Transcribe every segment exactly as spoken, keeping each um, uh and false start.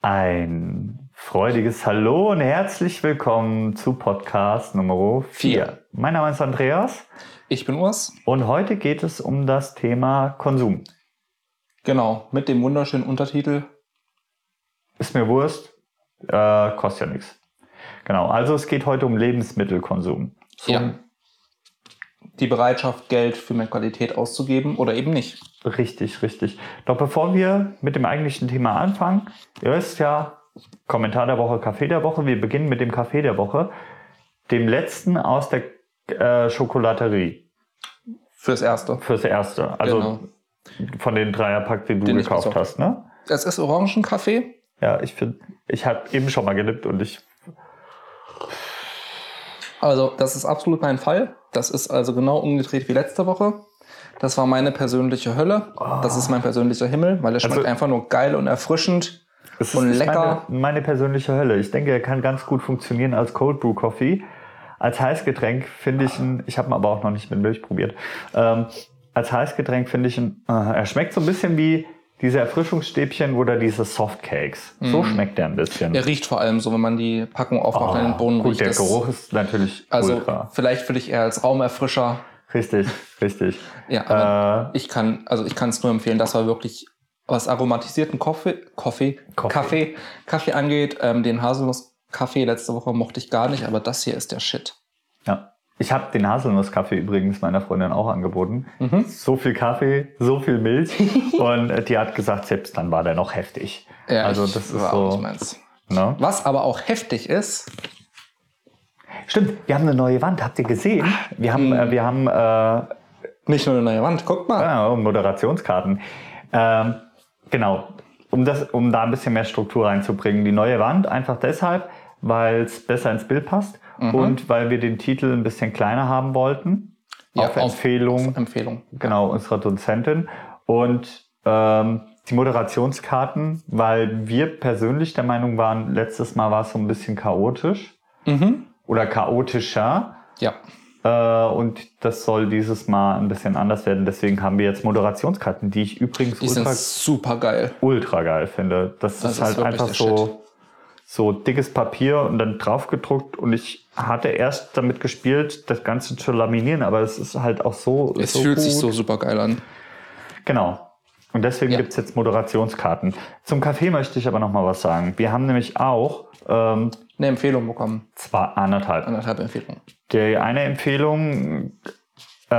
Ein freudiges Hallo und herzlich willkommen zu Podcast Nummer vier. Mein Name ist Andreas. Ich bin Urs. Und heute geht es um das Thema Konsum. Genau, mit dem wunderschönen Untertitel. Ist mir Wurst, äh, kostet ja nichts. Genau, also es geht heute um Lebensmittelkonsum. So ja. Die Bereitschaft, Geld für mehr Qualität auszugeben oder eben nicht. Richtig, richtig. Doch bevor wir mit dem eigentlichen Thema anfangen, ihr wisst ja, Kommentar der Woche, Kaffee der Woche. Wir beginnen mit dem Kaffee der Woche, dem letzten aus der äh, Schokolaterie. Fürs Erste. Fürs Erste. Also genau. Von den Dreierpack, den du den gekauft hast, ne? Das ist Orangenkaffee. Ja, ich finde, ich habe eben schon mal gelippt und ich... Also das ist absolut mein Fall. Das ist also genau umgedreht wie letzte Woche. Das war meine persönliche Hölle. Oh. Das ist mein persönlicher Himmel, weil es schmeckt also, einfach nur geil und erfrischend es und ist lecker. Meine, meine persönliche Hölle. Ich denke, er kann ganz gut funktionieren als Cold Brew Coffee. Als Heißgetränk finde ich ihn, ich habe ihn aber auch noch nicht mit Milch probiert, ähm, als Heißgetränk finde ich ihn, äh, er schmeckt so ein bisschen wie diese Erfrischungsstäbchen oder diese Softcakes. Mm. So schmeckt er ein bisschen. Er riecht vor allem so, wenn man die Packung aufmacht, oh, in den Bohnen gut, riecht. Der Geruch ist natürlich also ultra. Vielleicht will ich eher als Raumerfrischer. Richtig, richtig. Ja, aber äh, ich kann, also ich kann es nur empfehlen, das war wirklich, was aromatisierten Kaffee, Kaffee, Kaffee, Kaffee angeht, ähm, den Haselnuss-Kaffee letzte Woche mochte ich gar nicht, aber das hier ist der Shit. Ja. Ich habe den Haselnuss-Kaffee übrigens meiner Freundin auch angeboten. Mhm. So viel Kaffee, so viel Milch. Und die hat gesagt, selbst dann war der noch heftig. Ja, also ich das ist so. Ne? Was aber auch heftig ist. Stimmt, wir haben eine neue Wand. Habt ihr gesehen? Wir haben, äh, wir haben äh, nicht nur eine neue Wand. Guckt mal. Ja, Moderationskarten. Ähm, genau, um das, um da ein bisschen mehr Struktur reinzubringen. Die neue Wand einfach deshalb, weil es besser ins Bild passt. Mhm. Und weil wir den Titel ein bisschen kleiner haben wollten. Ja, auf Empfehlung. Auf Empfehlung. Genau, unserer Dozentin. Und ähm, die Moderationskarten, weil wir persönlich der Meinung waren, letztes Mal war es so ein bisschen chaotisch. Mhm. Oder chaotischer. Ja. Äh, und das soll dieses Mal ein bisschen anders werden. Deswegen haben wir jetzt Moderationskarten, die ich übrigens die ultra, sind super geil. ultra geil finde. Das, das ist halt ist einfach so... Shit. So dickes Papier und dann drauf gedruckt und ich hatte erst damit gespielt, das Ganze zu laminieren, aber es ist halt auch so Es so fühlt gut. sich so super geil an. Genau. Und deswegen ja. gibt es jetzt Moderationskarten. Zum Kaffee möchte ich aber noch mal was sagen. Wir haben nämlich auch ähm, eine Empfehlung bekommen. Zwar anderthalb. Anderthalb Empfehlungen. Die eine Empfehlung äh,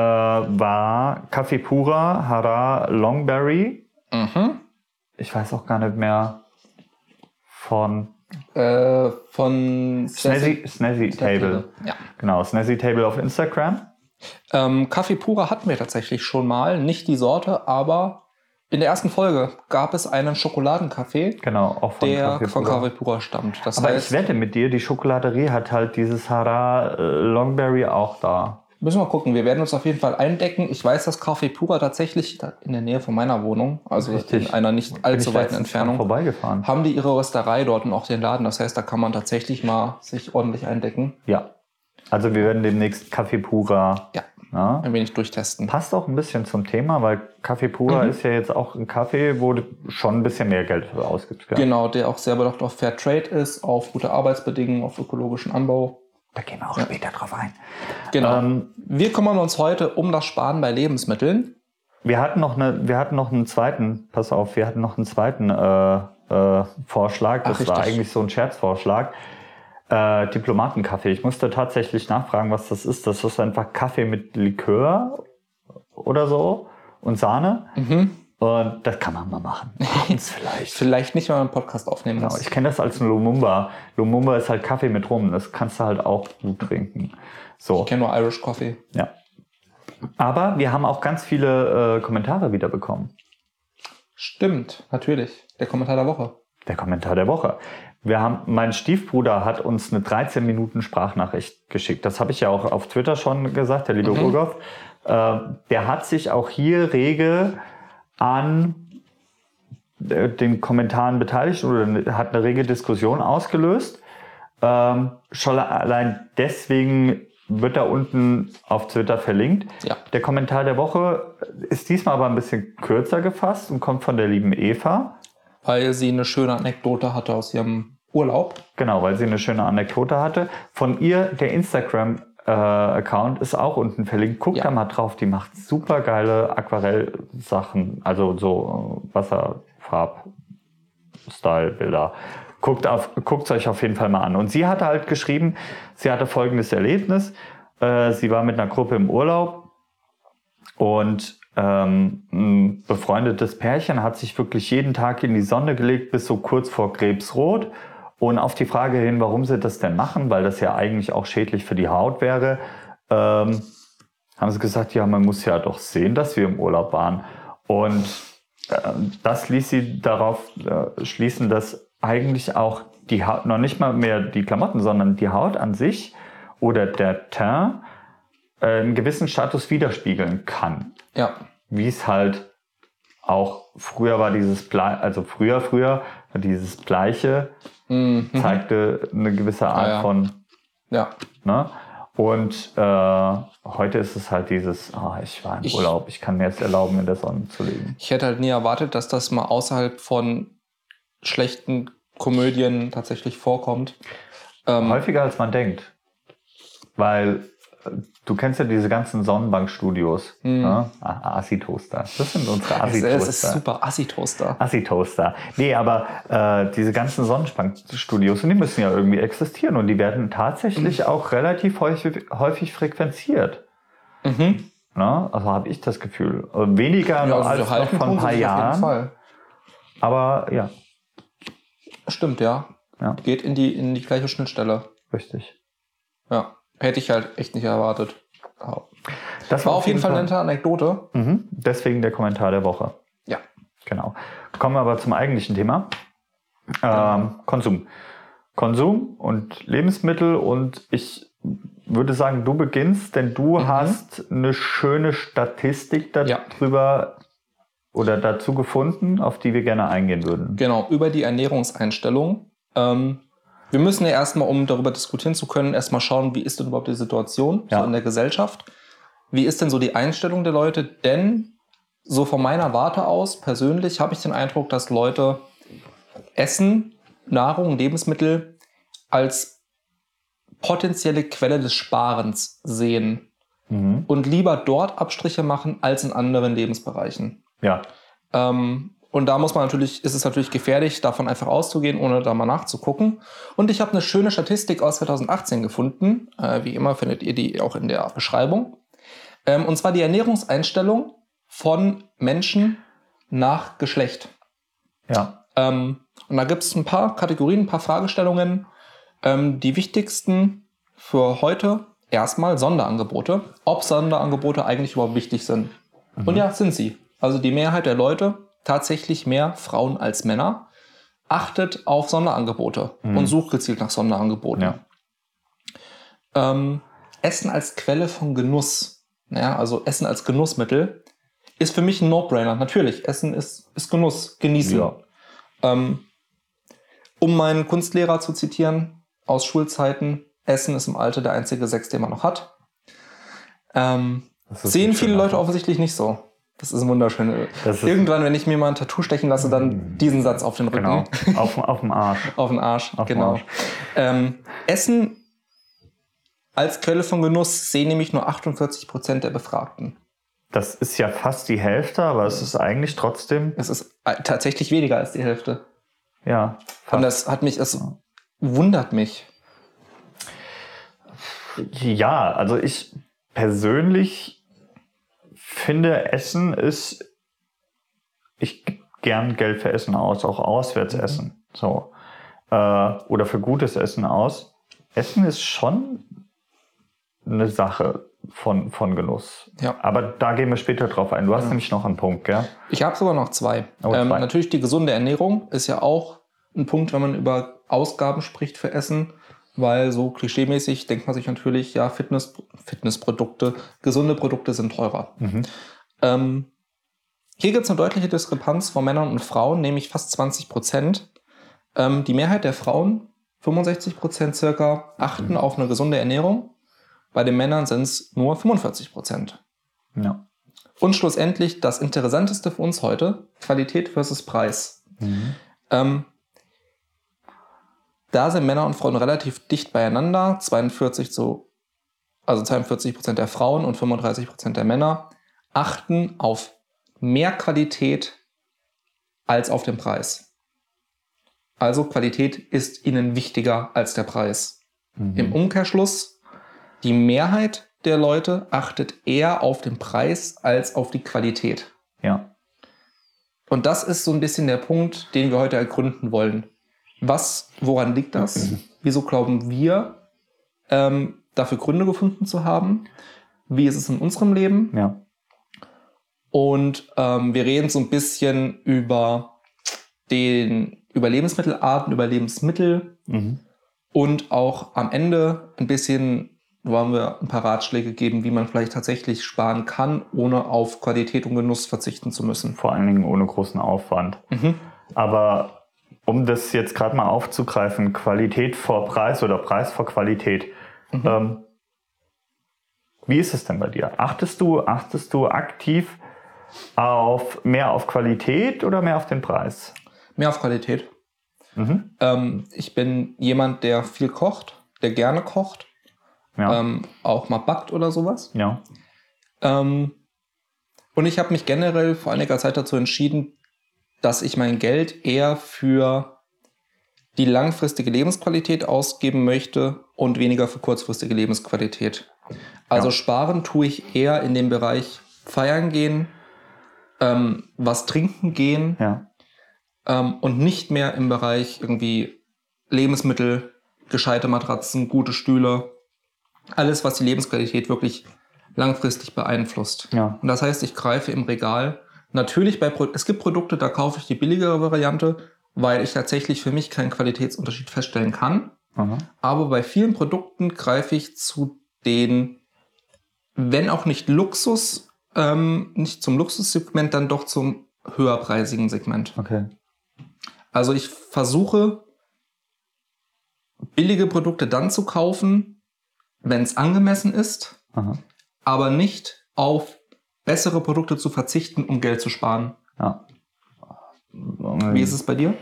war Kaffee Pura Hara Longberry. Mhm. Ich weiß auch gar nicht mehr von... Äh, von Snazzy, Snazzy Table. Ja. Genau, Snazzy Table auf Instagram. Ähm, Kaffee Pura hatten wir tatsächlich schon mal. Nicht die Sorte, aber in der ersten Folge gab es einen Schokoladenkaffee, genau, auch von der Kaffee von Pura. Kaffee Pura stammt. Das aber heißt, ich wette mit dir, die Schokolaterie hat halt dieses Hara Longberry auch da. Müssen wir gucken. Wir werden uns auf jeden Fall eindecken. Ich weiß, dass Kaffee Pura tatsächlich in der Nähe von meiner Wohnung, also Richtig. in einer nicht allzu weiten Entfernung, vorbeigefahren. haben die ihre Rösterei dort und auch den Laden. Das heißt, da kann man tatsächlich mal sich ordentlich eindecken. Ja. Also wir werden demnächst Kaffee Pura ja. na, ein wenig durchtesten. Passt auch ein bisschen zum Thema, weil Kaffee Pura mhm. ist ja jetzt auch ein Kaffee, wo du schon ein bisschen mehr Geld für ausgibst. Gell? Genau, der auch sehr bedacht auf Fair Trade ist, auf gute Arbeitsbedingungen, auf ökologischen Anbau. Da gehen wir auch ja. später drauf ein. Genau. Ähm, wir kümmern uns heute um das Sparen bei Lebensmitteln. Wir hatten noch eine, wir hatten noch einen zweiten, pass auf, wir hatten noch einen zweiten äh, äh, Vorschlag. Das Ach, war eigentlich so ein Scherzvorschlag. Äh, Diplomatenkaffee. Ich musste tatsächlich nachfragen, was das ist. Das ist einfach Kaffee mit Likör oder so und Sahne. Mhm. Und das kann man mal machen. Abends vielleicht. Vielleicht nicht, wenn man einen Podcast aufnehmen muss. Genau, ich kenne das als ein Lumumba. Lumumba ist halt Kaffee mit Rum. Das kannst du halt auch gut trinken. So. Ich kenne nur Irish Coffee. Ja. Aber wir haben auch ganz viele äh, Kommentare wieder bekommen. Stimmt, natürlich. Der Kommentar der Woche. Der Kommentar der Woche. Wir haben, mein Stiefbruder hat uns eine dreizehn Minuten Sprachnachricht geschickt. Das habe ich ja auch auf Twitter schon gesagt, der liebe mhm. Urgoff. Äh, der hat sich auch hier rege an den Kommentaren beteiligt oder hat eine rege Diskussion ausgelöst. Ähm, schon allein deswegen wird da unten auf Twitter verlinkt. Ja. Der Kommentar der Woche ist diesmal aber ein bisschen kürzer gefasst und kommt von der lieben Eva. Weil sie eine schöne Anekdote hatte aus ihrem Urlaub. Genau, weil sie eine schöne Anekdote hatte. Von ihr, der Instagram-Account ist auch unten verlinkt. Guckt Ja. da mal drauf, die macht super geile Aquarell-Sachen, also so Wasserfarb-Style-Bilder. Guckt es euch auf jeden Fall mal an. Und sie hatte halt geschrieben, sie hatte folgendes Erlebnis. Äh, sie war mit einer Gruppe im Urlaub und ähm, ein befreundetes Pärchen hat sich wirklich jeden Tag in die Sonne gelegt bis so kurz vor Krebsrot. Und auf die Frage hin, warum sie das denn machen, weil das ja eigentlich auch schädlich für die Haut wäre, ähm, haben sie gesagt, ja, man muss ja doch sehen, dass wir im Urlaub waren. Und äh, das ließ sie darauf äh, schließen, dass eigentlich auch die Haut, noch nicht mal mehr die Klamotten, sondern die Haut an sich oder der Teint äh, einen gewissen Status widerspiegeln kann. Ja. Wie es halt auch früher war, dieses Ble- also früher, früher, dieses Bleiche Mhm. zeigte eine gewisse Art Ah, ja. von, Ja. ne? Und äh, heute ist es halt dieses, ah, ich war im Ich- Urlaub, ich kann mir jetzt erlauben, in der Sonne zu liegen. Ich hätte halt nie erwartet, dass das mal außerhalb von schlechten Komödien tatsächlich vorkommt. Ähm, Häufiger als man denkt. Weil äh, du kennst ja diese ganzen Sonnenbankstudios. Mhm. Ne? Ah, Assi-Toaster. Das sind unsere es, es ist Assi-Toaster. super Assi-Toaster. Assi-Toaster. Nee, aber äh, diese ganzen Sonnenbankstudios, und die müssen ja irgendwie existieren. Und die werden tatsächlich Mhm. auch relativ häufig, häufig frequenziert. Mhm. Ne? Also habe ich das Gefühl. Also weniger Ja, als also noch halten vor ein tun sie paar sich auf jeden Jahren. Fall. Aber ja, Stimmt, ja. Ja. Geht in die, in die gleiche Schnittstelle. richtig. Ja. Hätte ich halt echt nicht erwartet. Ja. Das War auf jeden Fall eine nette Anekdote. Mhm. Deswegen der Kommentar der Woche. Ja. Genau. Kommen wir aber zum eigentlichen Thema. Ähm, Konsum. Konsum und Lebensmittel, und ich würde sagen, du beginnst, denn du Mhm. hast eine schöne Statistik darüber oder dazu gefunden, auf die wir gerne eingehen würden. Genau, über die Ernährungseinstellung. Ähm, wir müssen ja erstmal, um darüber diskutieren zu können, erstmal schauen, wie ist denn überhaupt die Situation Ja. so in der Gesellschaft? Wie ist denn so die Einstellung der Leute? Denn so von meiner Warte aus, persönlich, habe ich den Eindruck, dass Leute Essen, Nahrung, Lebensmittel als potenzielle Quelle des Sparens sehen Mhm. und lieber dort Abstriche machen als in anderen Lebensbereichen. Ja. Ähm, und da muss man natürlich, ist es natürlich gefährlich, davon einfach auszugehen, ohne da mal nachzugucken. Und ich habe eine schöne Statistik aus zweitausendachtzehn gefunden. Äh, wie immer findet ihr die auch in der Beschreibung. Ähm, und zwar die Ernährungseinstellung von Menschen nach Geschlecht. Ja. Ähm, und da gibt es ein paar Kategorien, ein paar Fragestellungen. Ähm, die wichtigsten für heute erstmal Sonderangebote. Ob Sonderangebote eigentlich überhaupt wichtig sind. Mhm. Und ja, sind sie. Also die Mehrheit der Leute, tatsächlich mehr Frauen als Männer, achtet auf Sonderangebote Mhm. und sucht gezielt nach Sonderangeboten. Ja. Ähm, Essen als Quelle von Genuss, ja, also Essen als Genussmittel, ist für mich ein No-Brainer. Natürlich, Essen ist, ist Genuss, genießen. Ja. Ähm, um meinen Kunstlehrer zu zitieren aus Schulzeiten, Essen ist im Alter der einzige Sex, den man noch hat. Ähm, Das ist sehen ein viele schöner Leute Satz. offensichtlich nicht so. Das ist ein wunderschöner. Das ist- Irgendwann, wenn ich mir mal ein Tattoo stechen lasse, dann diesen Satz auf den Rücken. Genau. auf, auf dem Arsch. Auf den Arsch, Auf den genau. Arsch. Ähm, Essen als Quelle von Genuss sehen nämlich nur achtundvierzig Prozent der Befragten. Das ist ja fast die Hälfte, aber es ist eigentlich trotzdem, Es ist äh, tatsächlich weniger als die Hälfte. ja, Und fast. das hat mich, es wundert mich. Ja, also ich persönlich finde, Essen ist, ich gebe gern Geld für Essen aus, auch auswärts essen, so, äh, oder für gutes Essen aus. Essen ist schon eine Sache von, von Genuss. Ja. Aber da gehen wir später drauf ein. Du hast Ja. nämlich noch einen Punkt, gell? Ich habe sogar noch zwei. Oh, ähm, zwei. Natürlich die gesunde Ernährung ist ja auch ein Punkt, wenn man über Ausgaben spricht für Essen, weil so klischeemäßig denkt man sich natürlich, ja, Fitness, Fitnessprodukte, gesunde Produkte sind teurer. Mhm. Ähm, hier gibt es eine deutliche Diskrepanz von Männern und Frauen, nämlich fast zwanzig Prozent. Ähm, die Mehrheit der Frauen, fünfundsechzig Prozent circa, achten auf eine gesunde Ernährung. Bei den Männern sind es nur fünfundvierzig Prozent. Ja. Und schlussendlich das Interessanteste für uns heute, Qualität versus Preis. Mhm. Ähm, da sind Männer und Frauen relativ dicht beieinander. zweiundvierzig zu, also zweiundvierzig Prozent der Frauen und fünfunddreißig Prozent der Männer achten auf mehr Qualität als auf den Preis. Also Qualität ist ihnen wichtiger als der Preis. Mhm. Im Umkehrschluss, die Mehrheit der Leute achtet eher auf den Preis als auf die Qualität. Ja. Und das ist so ein bisschen der Punkt, den wir heute ergründen wollen. Was, woran liegt das? Mhm. Wieso glauben wir, ähm, dafür Gründe gefunden zu haben? Wie ist es in unserem Leben? Ja. Und ähm, wir reden so ein bisschen über den, über Lebensmittelarten, über Lebensmittel mhm. und auch am Ende ein bisschen wollen wir ein paar Ratschläge geben, wie man vielleicht tatsächlich sparen kann, ohne auf Qualität und Genuss verzichten zu müssen. Vor allen Dingen ohne großen Aufwand. Mhm. Aber um das jetzt gerade mal aufzugreifen, Qualität vor Preis oder Preis vor Qualität. Mhm. Ähm, wie ist es denn bei dir? Achtest du, achtest du aktiv auf mehr auf Qualität oder mehr auf den Preis? Mehr auf Qualität. Mhm. Ähm, ich bin jemand, der viel kocht, der gerne kocht. Ja. Ähm, auch mal backt oder sowas. Ja. Ähm, und ich habe mich generell vor einiger Zeit dazu entschieden, dass ich mein Geld eher für die langfristige Lebensqualität ausgeben möchte und weniger für kurzfristige Lebensqualität. Also ja. Sparen tue ich eher in dem Bereich feiern gehen, ähm, was trinken gehen ja. ähm, und nicht mehr im Bereich irgendwie Lebensmittel, gescheite Matratzen, gute Stühle. Alles, was die Lebensqualität wirklich langfristig beeinflusst. Ja. Und das heißt, ich greife im Regal. Natürlich, bei Pro- es gibt Produkte, da kaufe ich die billigere Variante, weil ich tatsächlich für mich keinen Qualitätsunterschied feststellen kann. Aha. Aber bei vielen Produkten greife ich zu den, wenn auch nicht Luxus, ähm, nicht zum Luxussegment, dann doch zum höherpreisigen Segment. Okay. Also ich versuche, billige Produkte dann zu kaufen, wenn es angemessen ist, Aha. aber nicht auf bessere Produkte zu verzichten, um Geld zu sparen. Ja. Wie ist es bei dir?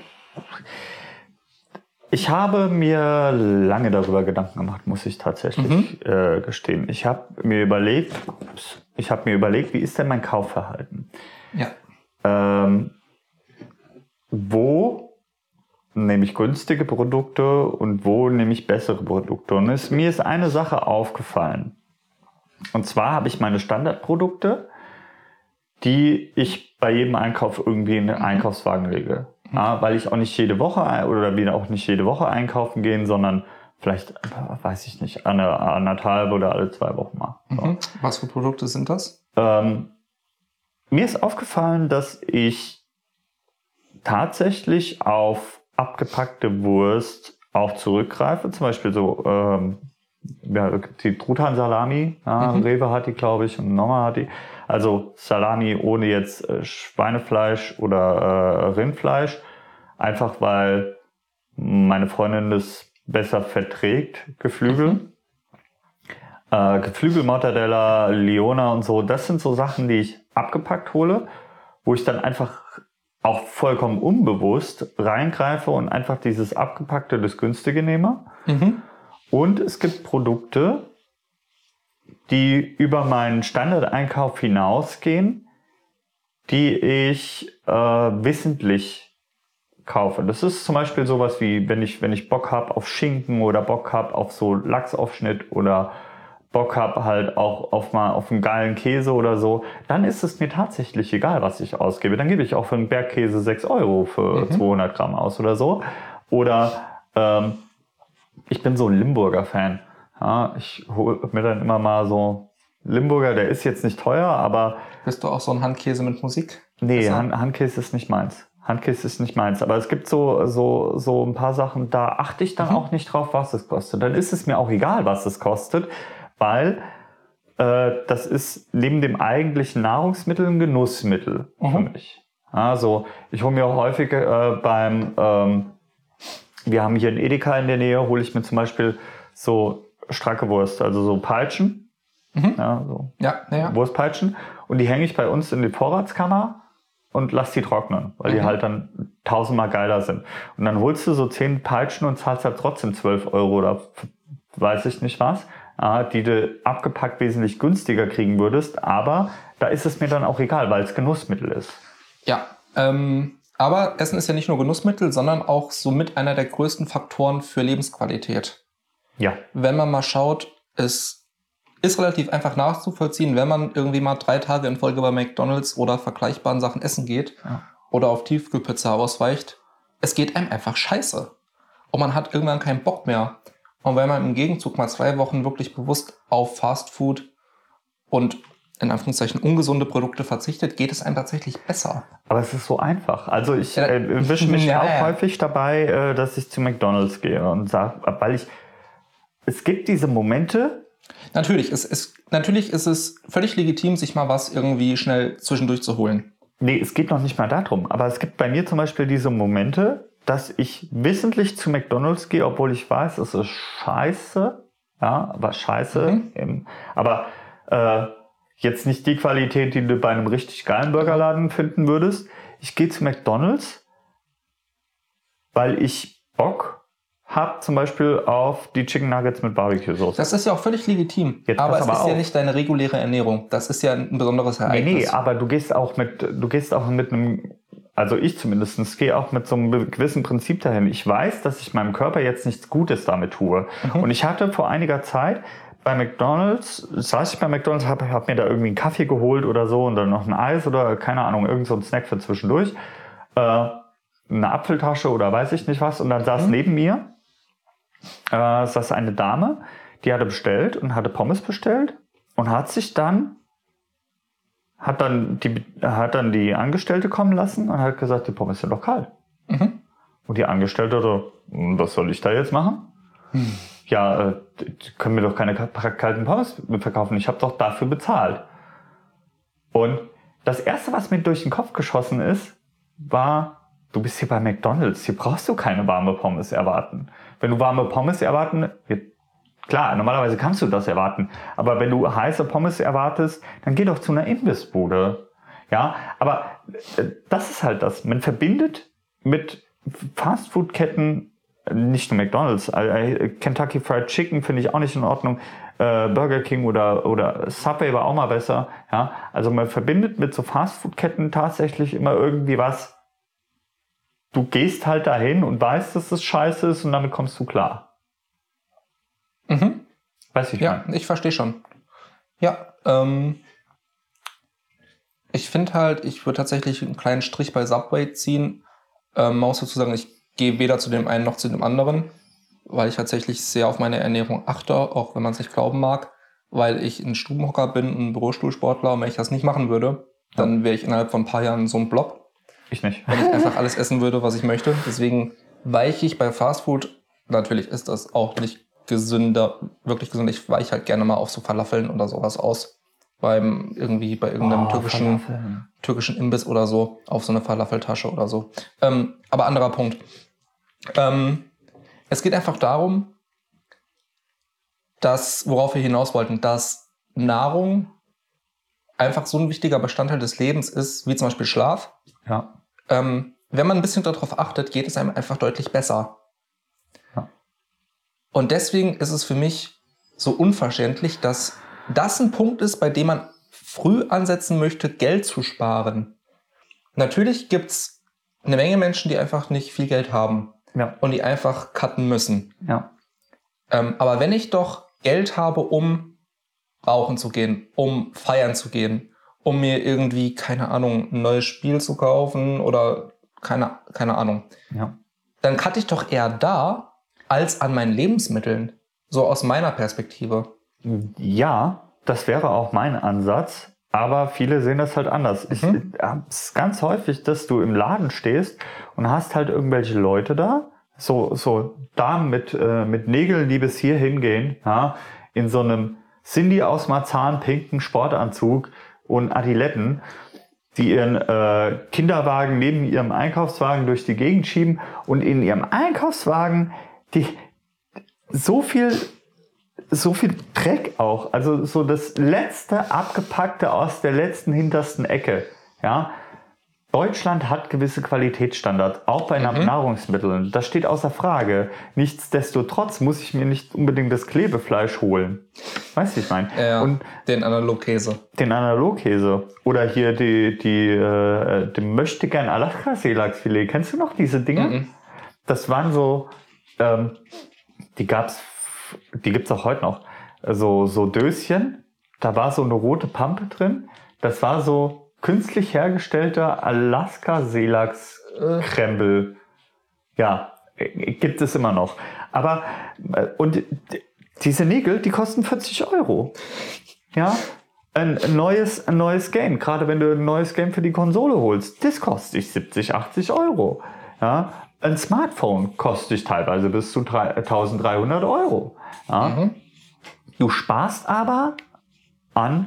Ich habe mir lange darüber Gedanken gemacht, muss ich tatsächlich mhm. äh, gestehen. Ich habe mir überlegt, ich habe mir überlegt, wie ist denn mein Kaufverhalten? Ja. Ähm, wo nehme ich günstige Produkte und wo nehme ich bessere Produkte? Und es, mir ist eine Sache aufgefallen. Und zwar habe ich meine Standardprodukte, die ich bei jedem Einkauf irgendwie in den mhm. Einkaufswagen lege. Mhm. Ja, weil ich auch nicht jede Woche oder wieder auch nicht jede Woche einkaufen gehen, sondern vielleicht, weiß ich nicht, eine, anderthalb oder alle zwei Wochen mal. So. Mhm. Was für Produkte sind das? Ähm, mir ist aufgefallen, dass ich tatsächlich auf abgepackte Wurst auch zurückgreife, zum Beispiel so ähm, ja, die Truthahn-Salami, ja, mhm. Rewe hat die, glaube ich, und Norma hat die. Also Salami ohne jetzt äh, Schweinefleisch oder äh, Rindfleisch, einfach weil meine Freundin das besser verträgt, Geflügel. Mhm. Äh, Geflügel, Mortadella, Liona und so, das sind so Sachen, die ich abgepackt hole, wo ich dann einfach auch vollkommen unbewusst reingreife und einfach dieses Abgepackte, das Günstige nehme. Mhm. Und es gibt Produkte, die über meinen Standardeinkauf hinausgehen, die ich äh, wissentlich kaufe. Das ist zum Beispiel sowas wie, wenn ich, wenn ich Bock habe auf Schinken oder Bock habe auf so Lachsaufschnitt oder Bock habe halt auch auf mal auf einen geilen Käse oder so, dann ist es mir tatsächlich egal, was ich ausgebe. Dann gebe ich auch für einen Bergkäse sechs Euro für mhm. zweihundert Gramm aus oder so. Oder ähm, ich bin so ein Limburger Fan. Ja, ich hole mir dann immer mal so Limburger, der ist jetzt nicht teuer, aber... Bist du auch so ein Handkäse mit Musik? Nee, Hand, Handkäse ist nicht meins. Handkäse ist nicht meins. Aber es gibt so, so, so ein paar Sachen, da achte ich dann mhm. auch nicht drauf, was es kostet. Dann ist es mir auch egal, was es kostet, weil äh, das ist neben dem eigentlichen Nahrungsmittel ein Genussmittel mhm. für mich. Also ich hole mir auch häufig äh, beim... Ähm, wir haben hier einen Edeka in der Nähe, hole ich mir zum Beispiel so stracke Wurst, also so Peitschen. Mhm. Ja, so ja, ja. Wurstpeitschen. Und die hänge ich bei uns in die Vorratskammer und lass die trocknen, weil mhm. die halt dann tausendmal geiler sind. Und dann holst du so zehn Peitschen und zahlst halt trotzdem zwölf Euro oder weiß ich nicht was, die du abgepackt wesentlich günstiger kriegen würdest, aber da ist es mir dann auch egal, weil es Genussmittel ist. Ja, ähm, aber Essen ist ja nicht nur Genussmittel, sondern auch somit einer der größten Faktoren für Lebensqualität. Ja. Wenn man mal schaut, es ist relativ einfach nachzuvollziehen, wenn man irgendwie mal drei Tage in Folge bei McDonald's oder vergleichbaren Sachen essen geht ja. oder auf Tiefkühlpizza ausweicht, es geht einem einfach scheiße. Und man hat irgendwann keinen Bock mehr. Und wenn man im Gegenzug mal zwei Wochen wirklich bewusst auf Fastfood und in Anführungszeichen ungesunde Produkte verzichtet, geht es einem tatsächlich besser. Aber es ist so einfach. Also ich äh, erwische mich ja, auch ja. häufig dabei, äh, dass ich zu McDonald's gehe und sage, weil ich, es gibt diese Momente. Natürlich, es ist, natürlich ist es völlig legitim, sich mal was irgendwie schnell zwischendurch zu holen. Nee, es geht noch nicht mal darum. Aber es gibt bei mir zum Beispiel diese Momente, dass ich wissentlich zu McDonald's gehe, obwohl ich weiß, es ist scheiße. Ja, aber scheiße. Mhm. Aber äh, jetzt nicht die Qualität, die du bei einem richtig geilen Burgerladen finden würdest. Ich gehe zu McDonald's, weil ich Bock habe zum Beispiel auf die Chicken Nuggets mit Barbecue-Soße. Das ist ja auch völlig legitim. Jetzt aber es aber ist auf. ja nicht deine reguläre Ernährung. Das ist ja ein besonderes Ereignis. Nee, nee, aber du gehst auch mit, du gehst auch mit einem, also ich zumindest, gehe auch mit so einem gewissen Prinzip dahin. Ich weiß, dass ich meinem Körper jetzt nichts Gutes damit tue. Mhm. Und ich hatte vor einiger Zeit bei McDonald's, saß ich bei McDonald's, habe hab mir da irgendwie einen Kaffee geholt oder so und dann noch ein Eis oder keine Ahnung, irgend so ein Snack für zwischendurch. Äh, eine Apfeltasche oder weiß ich nicht was. Und dann saß mhm. neben mir äh, saß eine Dame, die hatte bestellt und hatte Pommes bestellt und hat sich dann hat dann die, hat dann die Angestellte kommen lassen und hat gesagt, die Pommes sind doch kalt. Mhm. Und die Angestellte so, was soll ich da jetzt machen? Mhm. Ja, äh, können mir doch keine kalten Pommes verkaufen. Ich habe doch dafür bezahlt. Und das Erste, was mir durch den Kopf geschossen ist, war, du bist hier bei McDonald's. Hier brauchst du keine warme Pommes erwarten. Wenn du warme Pommes erwarten, klar, normalerweise kannst du das erwarten. Aber wenn du heiße Pommes erwartest, dann geh doch zu einer Imbissbude. Ja, aber das ist halt das. Man verbindet mit Fastfood-Ketten nicht nur McDonald's, Kentucky Fried Chicken finde ich auch nicht in Ordnung, äh, Burger King oder, oder Subway war auch mal besser. Ja? Also man verbindet mit so Fastfood-Ketten tatsächlich immer irgendwie was. Du gehst halt dahin und weißt, dass das scheiße ist und damit kommst du klar. Mhm. Weiß ich Ja, mein. Ich verstehe schon. Ja, ähm, ich finde halt, ich würde tatsächlich einen kleinen Strich bei Subway ziehen. Ähm, man muss dazu sagen, ich gehe weder zu dem einen noch zu dem anderen, weil ich tatsächlich sehr auf meine Ernährung achte, auch wenn man es nicht glauben mag, weil ich ein Stubenhocker bin, ein Bürostuhlsportler und wenn ich das nicht machen würde, dann wäre ich innerhalb von ein paar Jahren so ein Blob. Ich nicht. Wenn ich einfach alles essen würde, was ich möchte. Deswegen weiche ich bei Fastfood, natürlich ist das auch nicht gesünder, wirklich gesund, ich weiche halt gerne mal auf so Falafeln oder sowas aus. Beim irgendwie bei irgendeinem oh, türkischen, türkischen Imbiss oder so, auf so eine Falafeltasche oder so. Ähm, aber anderer Punkt. Ähm, es geht einfach darum, dass, worauf wir hinaus wollten, dass Nahrung einfach so ein wichtiger Bestandteil des Lebens ist, wie zum Beispiel Schlaf. Ja. Ähm, wenn man ein bisschen darauf achtet, geht es einem einfach deutlich besser. Ja. Und deswegen ist es für mich so unverständlich, dass das ein Punkt ist, bei dem man früh ansetzen möchte, Geld zu sparen. Natürlich gibt es eine Menge Menschen, die einfach nicht viel Geld haben. Ja. Und die einfach cutten müssen. Ja. Ähm, aber wenn ich doch Geld habe, um rauchen zu gehen, um feiern zu gehen, um mir irgendwie, keine Ahnung, ein neues Spiel zu kaufen oder keine, keine Ahnung, ja. dann cutte ich doch eher da, als an meinen Lebensmitteln. So aus meiner Perspektive. Ja, das wäre auch mein Ansatz. Aber viele sehen das halt anders. Mhm. Ich habe es ganz häufig, dass du im Laden stehst und hast halt irgendwelche Leute da, so so Damen mit äh, mit Nägeln, die bis hier hingehen, ja, in so einem Cindy aus Marzahn pinken Sportanzug und Adiletten, die ihren äh, Kinderwagen neben ihrem Einkaufswagen durch die Gegend schieben und in ihrem Einkaufswagen die so viel so viel Dreck auch, also so das letzte abgepackte aus der letzten hintersten Ecke, ja, Deutschland hat gewisse Qualitätsstandards, auch bei mhm. Nahrungsmitteln. Das steht außer Frage. Nichtsdestotrotz muss ich mir nicht unbedingt das Klebefleisch holen. Weißt du, ich meine? Ja, und den Analogkäse. Den Analogkäse. Oder hier die, die, äh, die Möchtegern Alaska-Seelachsfilet. Kennst du noch diese Dinge? Mhm. Das waren so, ähm, die gab's, die gibt's auch heute noch. So, so Döschen. Da war so eine rote Pampe drin. Das war so künstlich hergestellter Alaska-Seelachs-Krempel. Ja, gibt es immer noch. Aber, und diese Nägel, die kosten vierzig Euro. Ja, ein neues, ein neues Game. Gerade wenn du ein neues Game für die Konsole holst, das kostet dich siebzig, achtzig Euro. Ja, ein Smartphone kostet dich teilweise bis zu eintausenddreihundert Euro. Ja. Mhm. Du sparst aber an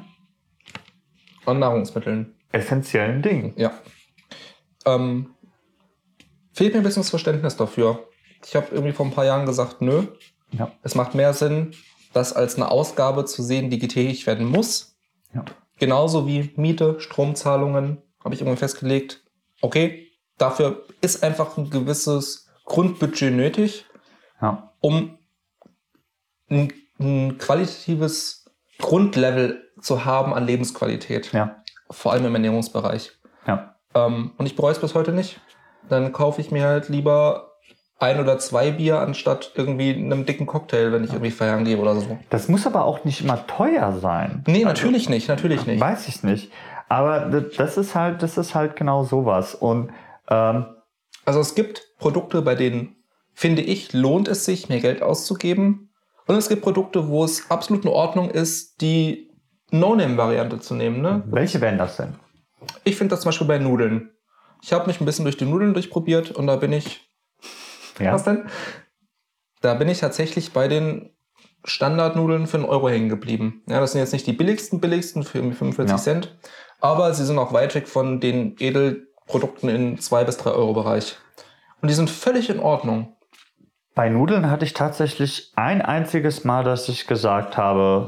An Nahrungsmitteln. Essentiellen Dingen. Ja. Ähm, fehlt mir ein bisschen das Verständnis dafür. Ich habe irgendwie vor ein paar Jahren gesagt, nö. Ja. Es macht mehr Sinn, das als eine Ausgabe zu sehen, die getätigt werden muss. Ja. Genauso wie Miete, Stromzahlungen, habe ich irgendwie festgelegt. Okay, dafür ist einfach ein gewisses Grundbudget nötig, ja. um ein, ein qualitatives Grundlevel zu haben an Lebensqualität. Ja. Vor allem im Ernährungsbereich. Ja. Ähm, und ich bereue es bis heute nicht. Dann kaufe ich mir halt lieber ein oder zwei Bier anstatt irgendwie einem dicken Cocktail, wenn ich irgendwie feiern gehe oder so. Das muss aber auch nicht immer teuer sein. Nee, natürlich also, nicht, natürlich nicht. Weiß ich nicht. Aber das ist halt, das ist halt genau sowas. Und ähm, also es gibt Produkte, bei denen, finde ich, lohnt es sich, mehr Geld auszugeben. Und es gibt Produkte, wo es absolut in Ordnung ist, die No-Name-Variante zu nehmen. Ne? Welche wären das denn? Ich finde das zum Beispiel bei Nudeln. Ich habe mich ein bisschen durch die Nudeln durchprobiert und da bin ich... Ja. Was denn? Da bin ich tatsächlich bei den Standardnudeln für einen Euro hängen geblieben. Ja, das sind jetzt nicht die billigsten, billigsten für fünfundvierzig ja. Cent, aber sie sind auch weit weg von den Edelprodukten in zwei bis drei Euro Bereich. Und die sind völlig in Ordnung. Bei Nudeln hatte ich tatsächlich ein einziges Mal, dass ich gesagt habe,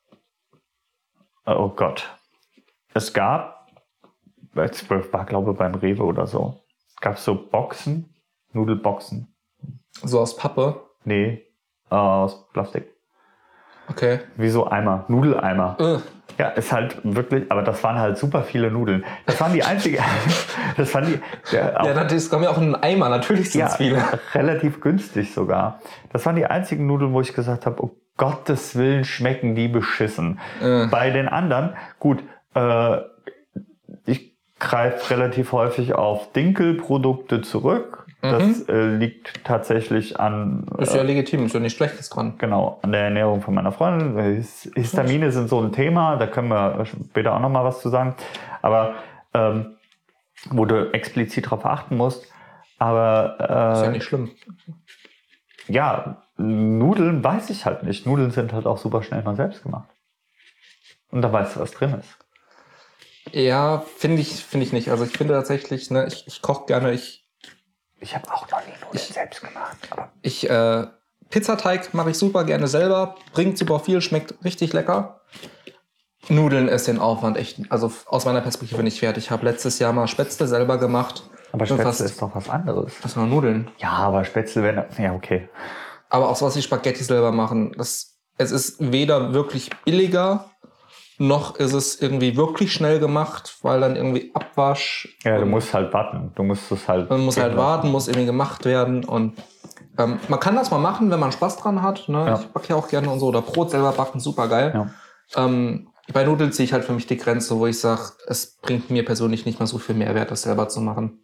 oh Gott, es gab, es war glaube ich beim Rewe oder so, es gab so Boxen, Nudelboxen. So aus Pappe? Nee, äh, aus Plastik. Okay. Wie so Eimer, Nudeleimer. Uh. Ja, ist halt wirklich, aber das waren halt super viele Nudeln. Das waren die einzigen, das waren die... Ja, ja das kommen ja auch in einen Eimer, natürlich sind es ja, viele. Relativ günstig sogar. Das waren die einzigen Nudeln, wo ich gesagt habe, oh Gottes Willen schmecken die beschissen. Uh. Bei den anderen, gut, äh, ich greife relativ häufig auf Dinkelprodukte zurück. Das mhm. äh, liegt tatsächlich an... Ist ja legitim, ist ja nichts Schlechtes dran. Genau, an der Ernährung von meiner Freundin. Histamine sind so ein Thema, da können wir später auch nochmal was zu sagen. Aber ähm, wo du explizit drauf achten musst. Aber... Äh, ist ja nicht schlimm. Ja, Nudeln weiß ich halt nicht. Nudeln sind halt auch super schnell mal selbst gemacht. Und da weißt du, was drin ist. Ja, finde ich, finde ich nicht. Also ich finde tatsächlich, ne, ich, ich koche gerne, ich Ich habe auch noch nie Nudeln ich, selbst gemacht. Aber ich, äh, Pizzateig mache ich super gerne selber, bringt super viel, schmeckt richtig lecker. Nudeln ist den Aufwand echt, also aus meiner Perspektive nicht wert. Ich habe letztes Jahr mal Spätzle selber gemacht. Aber Spätzle ist doch was anderes. Das sind Nudeln. Ja, aber Spätzle werden, ja okay. Aber auch sowas wie Spaghetti selber machen, das, es ist weder wirklich billiger, noch ist es irgendwie wirklich schnell gemacht, weil dann irgendwie Abwasch... Ja, du musst halt warten. Du musst es halt... Man muss halt warten, muss irgendwie gemacht werden. Und ähm, man kann das mal machen, wenn man Spaß dran hat. Ne? Ja. Ich backe ja auch gerne und so. Oder Brot selber backen, super geil. Ja. Ähm, bei Nudeln ziehe ich halt für mich die Grenze, wo ich sage, es bringt mir persönlich nicht mehr so viel Mehrwert, das selber zu machen.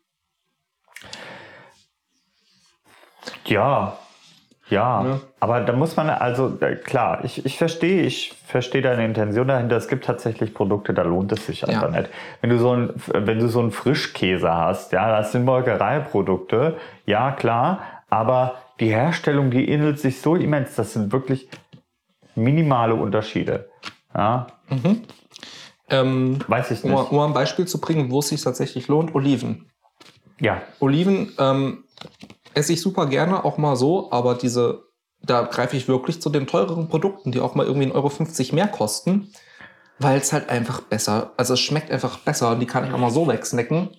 Ja, Ja, ja, aber da muss man, also klar, ich, ich verstehe, ich verstehe deine Intention dahinter. Es gibt tatsächlich Produkte, da lohnt es sich einfach ja. nicht. Wenn du so ein, wenn du so einen Frischkäse hast, ja, das sind Molkereiprodukte, ja klar, aber die Herstellung, die ähnelt sich so immens, das sind wirklich minimale Unterschiede. Ja. Mhm. Ähm, Weiß ich nicht. Um, um ein Beispiel zu bringen, wo es sich tatsächlich lohnt, Oliven. Ja. Oliven, ähm, esse ich super gerne, auch mal so, aber diese, da greife ich wirklich zu den teureren Produkten, die auch mal irgendwie einen Euro fünfzig mehr kosten, weil es halt einfach besser, also es schmeckt einfach besser und die kann ich auch mal so wegsnacken.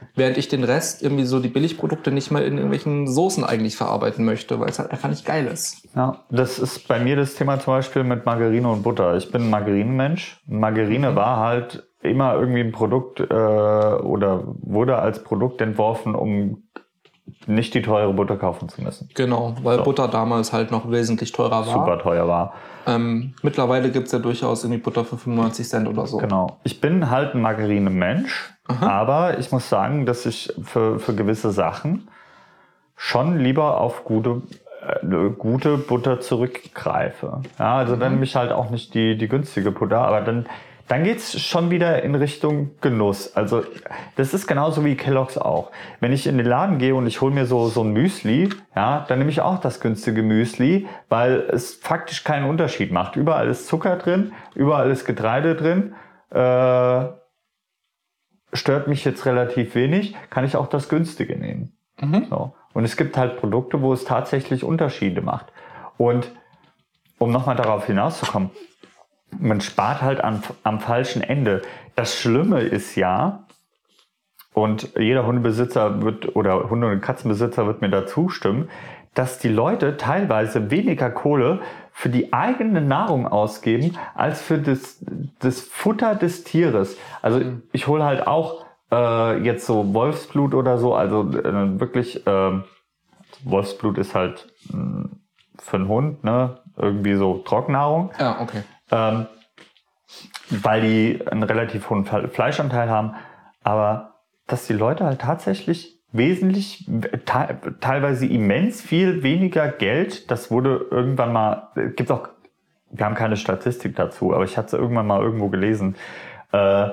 Während ich den Rest, irgendwie so die Billigprodukte, nicht mal in irgendwelchen Soßen eigentlich verarbeiten möchte, weil es halt einfach nicht geil ist. Ja, das ist bei mir das Thema zum Beispiel mit Margarine und Butter. Ich bin ein Margarinenmensch. Margarine mhm. war halt immer irgendwie ein Produkt äh, oder wurde als Produkt entworfen, um nicht die teure Butter kaufen zu müssen. Genau, weil so. Butter damals halt noch wesentlich teurer war. Super teuer war. Ähm, mittlerweile gibt es ja durchaus irgendwie Butter für fünfundneunzig Cent oder so. Genau. Ich bin halt ein Margarine-Mensch, aber ich muss sagen, dass ich für, für gewisse Sachen schon lieber auf gute, äh, gute Butter zurückgreife. Ja, also mhm. dann nehme ich halt auch nicht die, die günstige Butter, aber dann Dann geht's schon wieder in Richtung Genuss. Also das ist genauso wie Kellogg's auch. Wenn ich in den Laden gehe und ich hole mir so, so ein Müsli, ja, dann nehme ich auch das günstige Müsli, weil es faktisch keinen Unterschied macht. Überall ist Zucker drin, überall ist Getreide drin. Äh, stört mich jetzt relativ wenig, kann ich auch das günstige nehmen. Mhm. So. Und es gibt halt Produkte, wo es tatsächlich Unterschiede macht. Und um nochmal darauf hinauszukommen, man spart halt am, am falschen Ende. Das Schlimme ist ja, und jeder Hundebesitzer wird oder Hunde- und Katzenbesitzer wird mir da zustimmen, dass die Leute teilweise weniger Kohle für die eigene Nahrung ausgeben, als für das, das Futter des Tieres. Also ich hole halt auch äh, jetzt so Wolfsblut oder so, also äh, wirklich, äh, Wolfsblut ist halt äh, für einen Hund, ne, irgendwie so Trockennahrung. Ja, okay. Ähm, weil die einen relativ hohen Fleischanteil haben, aber dass die Leute halt tatsächlich wesentlich, te- teilweise immens viel weniger Geld, das wurde irgendwann mal, gibt auch, wir haben keine Statistik dazu, aber ich hatte es irgendwann mal irgendwo gelesen, äh,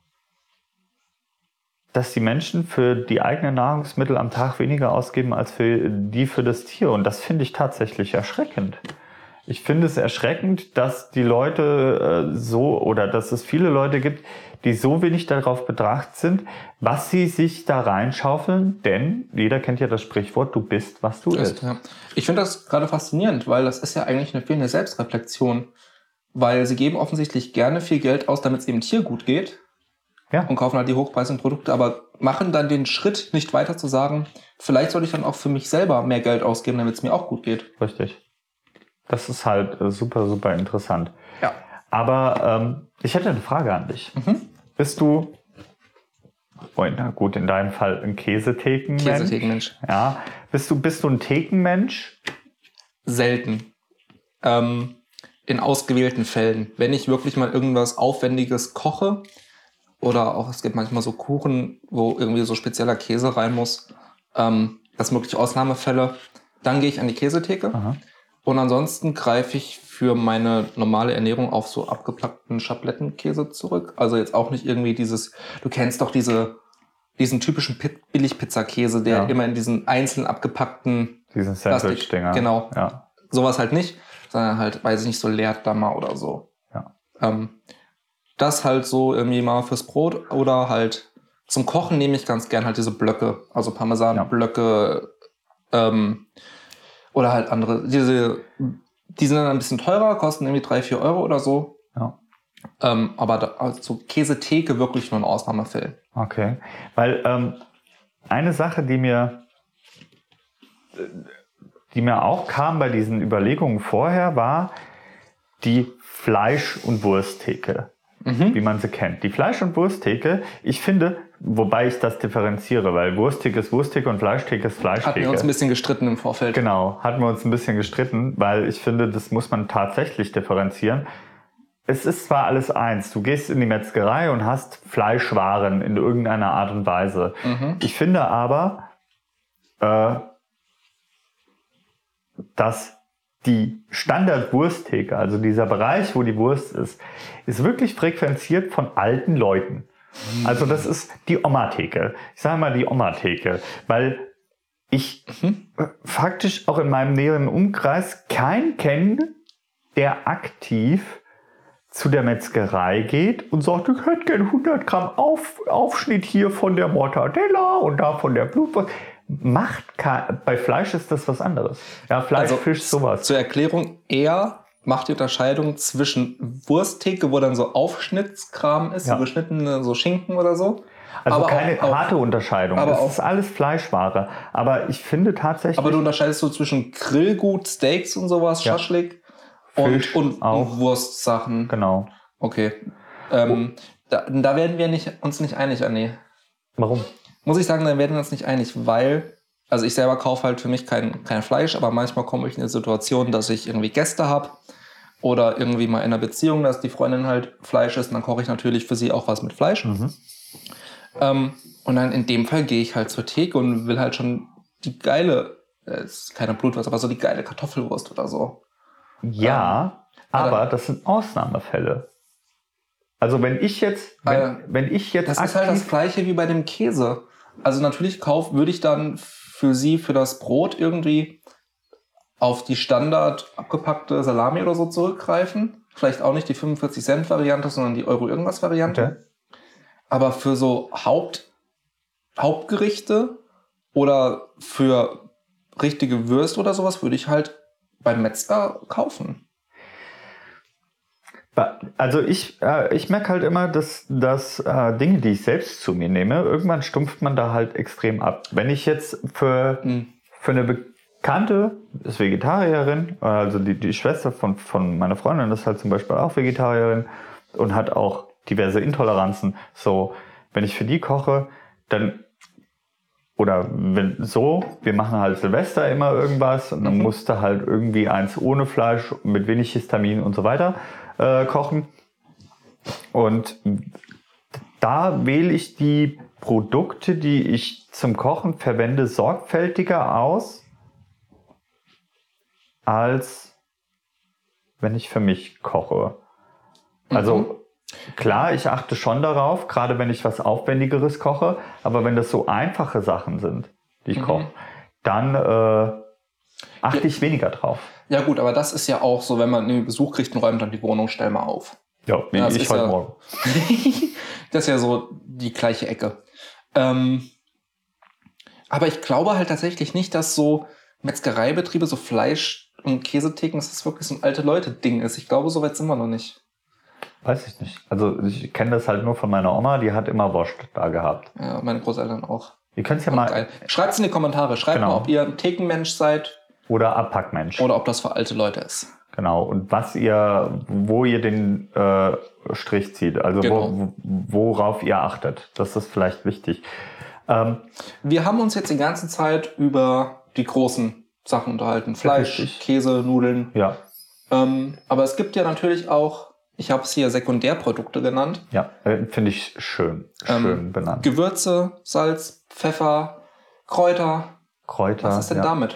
dass die Menschen für die eigenen Nahrungsmittel am Tag weniger ausgeben als für die für das Tier, und das finde ich tatsächlich erschreckend. Ich finde es erschreckend, dass die Leute äh, so oder dass es viele Leute gibt, die so wenig darauf bedacht sind, was sie sich da reinschaufeln, denn jeder kennt ja das Sprichwort, du bist, was du isst. Ja. Ich finde das gerade faszinierend, weil das ist ja eigentlich eine fehlende Selbstreflexion, weil sie geben offensichtlich gerne viel Geld aus, damit es dem Tier gut geht, ja, und kaufen halt die hochpreisigen Produkte, aber machen dann den Schritt nicht weiter zu sagen, vielleicht soll ich dann auch für mich selber mehr Geld ausgeben, damit es mir auch gut geht. Richtig. Das ist halt super, super interessant. Ja. Aber ähm, ich hätte eine Frage an dich. Mhm. Bist du, oh, na gut, in deinem Fall ein Käsetheken-Mensch? Käsetheken-Mensch. Ja. Bist du, bist du ein Thekenmensch? Selten. Ähm, in ausgewählten Fällen. Wenn ich wirklich mal irgendwas Aufwendiges koche, oder auch, es gibt manchmal so Kuchen, wo irgendwie so spezieller Käse rein muss, ähm, das sind wirklich Ausnahmefälle, dann gehe ich an die Käsetheke. Aha. Und ansonsten greife ich für meine normale Ernährung auf so abgeplackten Schablettenkäse zurück. Also jetzt auch nicht irgendwie dieses, du kennst doch diese, diesen typischen Billigpizzakäse, der ja immer in diesen einzeln abgepackten diesen Sandwich-Dinger. Genau. Ja. Sowas halt nicht, sondern halt, weiß ich nicht, so Leerdammer oder so. Ja. Ähm, das halt so irgendwie mal fürs Brot oder halt zum Kochen nehme ich ganz gern halt diese Blöcke, also Parmesanblöcke, ja. ähm, oder halt andere, diese, die sind dann ein bisschen teurer, kosten irgendwie drei, vier Euro oder so. Ja. Ähm, aber da, also Käsetheke wirklich nur in Ausnahmefällen. Okay, weil ähm, eine Sache, die mir, die mir auch kam bei diesen Überlegungen vorher, war die Fleisch- und Wursttheke, mhm. wie man sie kennt. Die Fleisch- und Wursttheke, ich finde, wobei ich das differenziere, weil Wursttheke ist Wursttheke und Fleischtheke ist Fleischtheke. Hatten wir uns ein bisschen gestritten im Vorfeld. Genau, hatten wir uns ein bisschen gestritten, weil ich finde, das muss man tatsächlich differenzieren. Es ist zwar alles eins, du gehst in die Metzgerei und hast Fleischwaren in irgendeiner Art und Weise. Mhm. Ich finde aber, äh, dass die Standardwursttheke, also dieser Bereich, wo die Wurst ist, ist wirklich frequenziert von alten Leuten. Also das ist die Oma-Theke. Ich sage mal die Oma-Theke, weil ich mhm. faktisch auch in meinem näheren Umkreis keinen kenne, der aktiv zu der Metzgerei geht und sagt, ich hätte gerne hundert Gramm Auf, Aufschnitt hier von der Mortadella und da von der Blutwurst. Macht kein, bei Fleisch ist das was anderes. Ja, Fleisch, also, Fisch, sowas. Zur Erklärung, eher macht die Unterscheidung zwischen Wursttheke, wo dann so Aufschnittskram ist, ja. so geschnittene so Schinken oder so. Also aber keine auch, harte Unterscheidung. Aber es auch, ist alles Fleischware. Aber ich finde tatsächlich... Aber du unterscheidest so zwischen Grillgut, Steaks und sowas, ja. Schaschlik Fisch und, und, auch. und Wurstsachen. Genau. Okay. Ähm, oh. da, da werden wir nicht, uns nicht einig, Anni. Warum? Muss ich sagen, da werden wir uns nicht einig, weil... Also ich selber kaufe halt für mich kein, kein Fleisch, aber manchmal komme ich in eine Situation, dass ich irgendwie Gäste habe oder irgendwie mal in einer Beziehung, dass die Freundin halt Fleisch isst, und dann koche ich natürlich für sie auch was mit Fleisch. Mhm. Ähm, und dann in dem Fall gehe ich halt zur Theke und will halt schon die geile, äh, ist keine Blutwurst, aber so die geile Kartoffelwurst oder so. Ja, ähm, aber dann, das sind Ausnahmefälle. Also wenn ich jetzt, wenn, äh, wenn ich jetzt das ist halt das Gleiche wie bei dem Käse. Also natürlich kauf, würde ich dann für sie, für das Brot irgendwie auf die Standard abgepackte Salami oder so zurückgreifen. Vielleicht auch nicht die fünfundvierzig Cent Variante, sondern die Euro-Irgendwas-Variante. Okay. Aber für so Haupt, Hauptgerichte oder für richtige Würste oder sowas würde ich halt beim Metzger kaufen. Also ich, äh, ich merke halt immer, dass, dass äh, Dinge, die ich selbst zu mir nehme, irgendwann stumpft man da halt extrem ab. Wenn ich jetzt für, mhm. für eine Bekannte, ist Vegetarierin, also die, die Schwester von, von meiner Freundin ist halt zum Beispiel auch Vegetarierin und hat auch diverse Intoleranzen. So, wenn ich für die koche, dann, oder wenn so, wir machen halt Silvester immer irgendwas und dann mhm. musste halt irgendwie eins ohne Fleisch, mit wenig Histamin und so weiter äh, kochen. Und da wähle ich die Produkte, die ich zum Kochen verwende, sorgfältiger aus, als wenn ich für mich koche. Also mhm. klar, ich achte schon darauf, gerade wenn ich was Aufwendigeres koche, aber wenn das so einfache Sachen sind, die ich mhm. koche, dann äh, achte ja. ich weniger drauf. Ja gut, aber das ist ja auch so, wenn man einen Besuch kriegt und räumt dann die Wohnung, stell mal auf. Ja, wie ja, ich heute ja, Morgen. Das ist ja so die gleiche Ecke. Ähm, aber ich glaube halt tatsächlich nicht, dass so Metzgereibetriebe, so Fleisch- und Käsetheken, dass das wirklich so ein alte Leute-Ding ist. Ich glaube, so weit sind wir noch nicht. Weiß ich nicht. Also ich kenne das halt nur von meiner Oma, die hat immer Wurst da gehabt. Ja, meine Großeltern auch. Ihr könnt es ja mal... Schreibt es in die Kommentare. Schreibt genau. mal, ob ihr ein Thekenmensch seid. Oder Abpackmensch. Oder ob das für alte Leute ist. Genau. Und was ihr, wo ihr den äh, Strich zieht. Also genau. wo, worauf ihr achtet. Das ist vielleicht wichtig. Ähm, Wir haben uns jetzt die ganze Zeit über die großen Sachen unterhalten. Fleisch, richtig. Käse, Nudeln. Ja. Ähm, aber es gibt ja natürlich auch, ich habe es hier Sekundärprodukte genannt. Ja, äh, finde ich schön. Schön ähm, benannt. Gewürze, Salz, Pfeffer, Kräuter. Kräuter. Was ist denn ja. damit?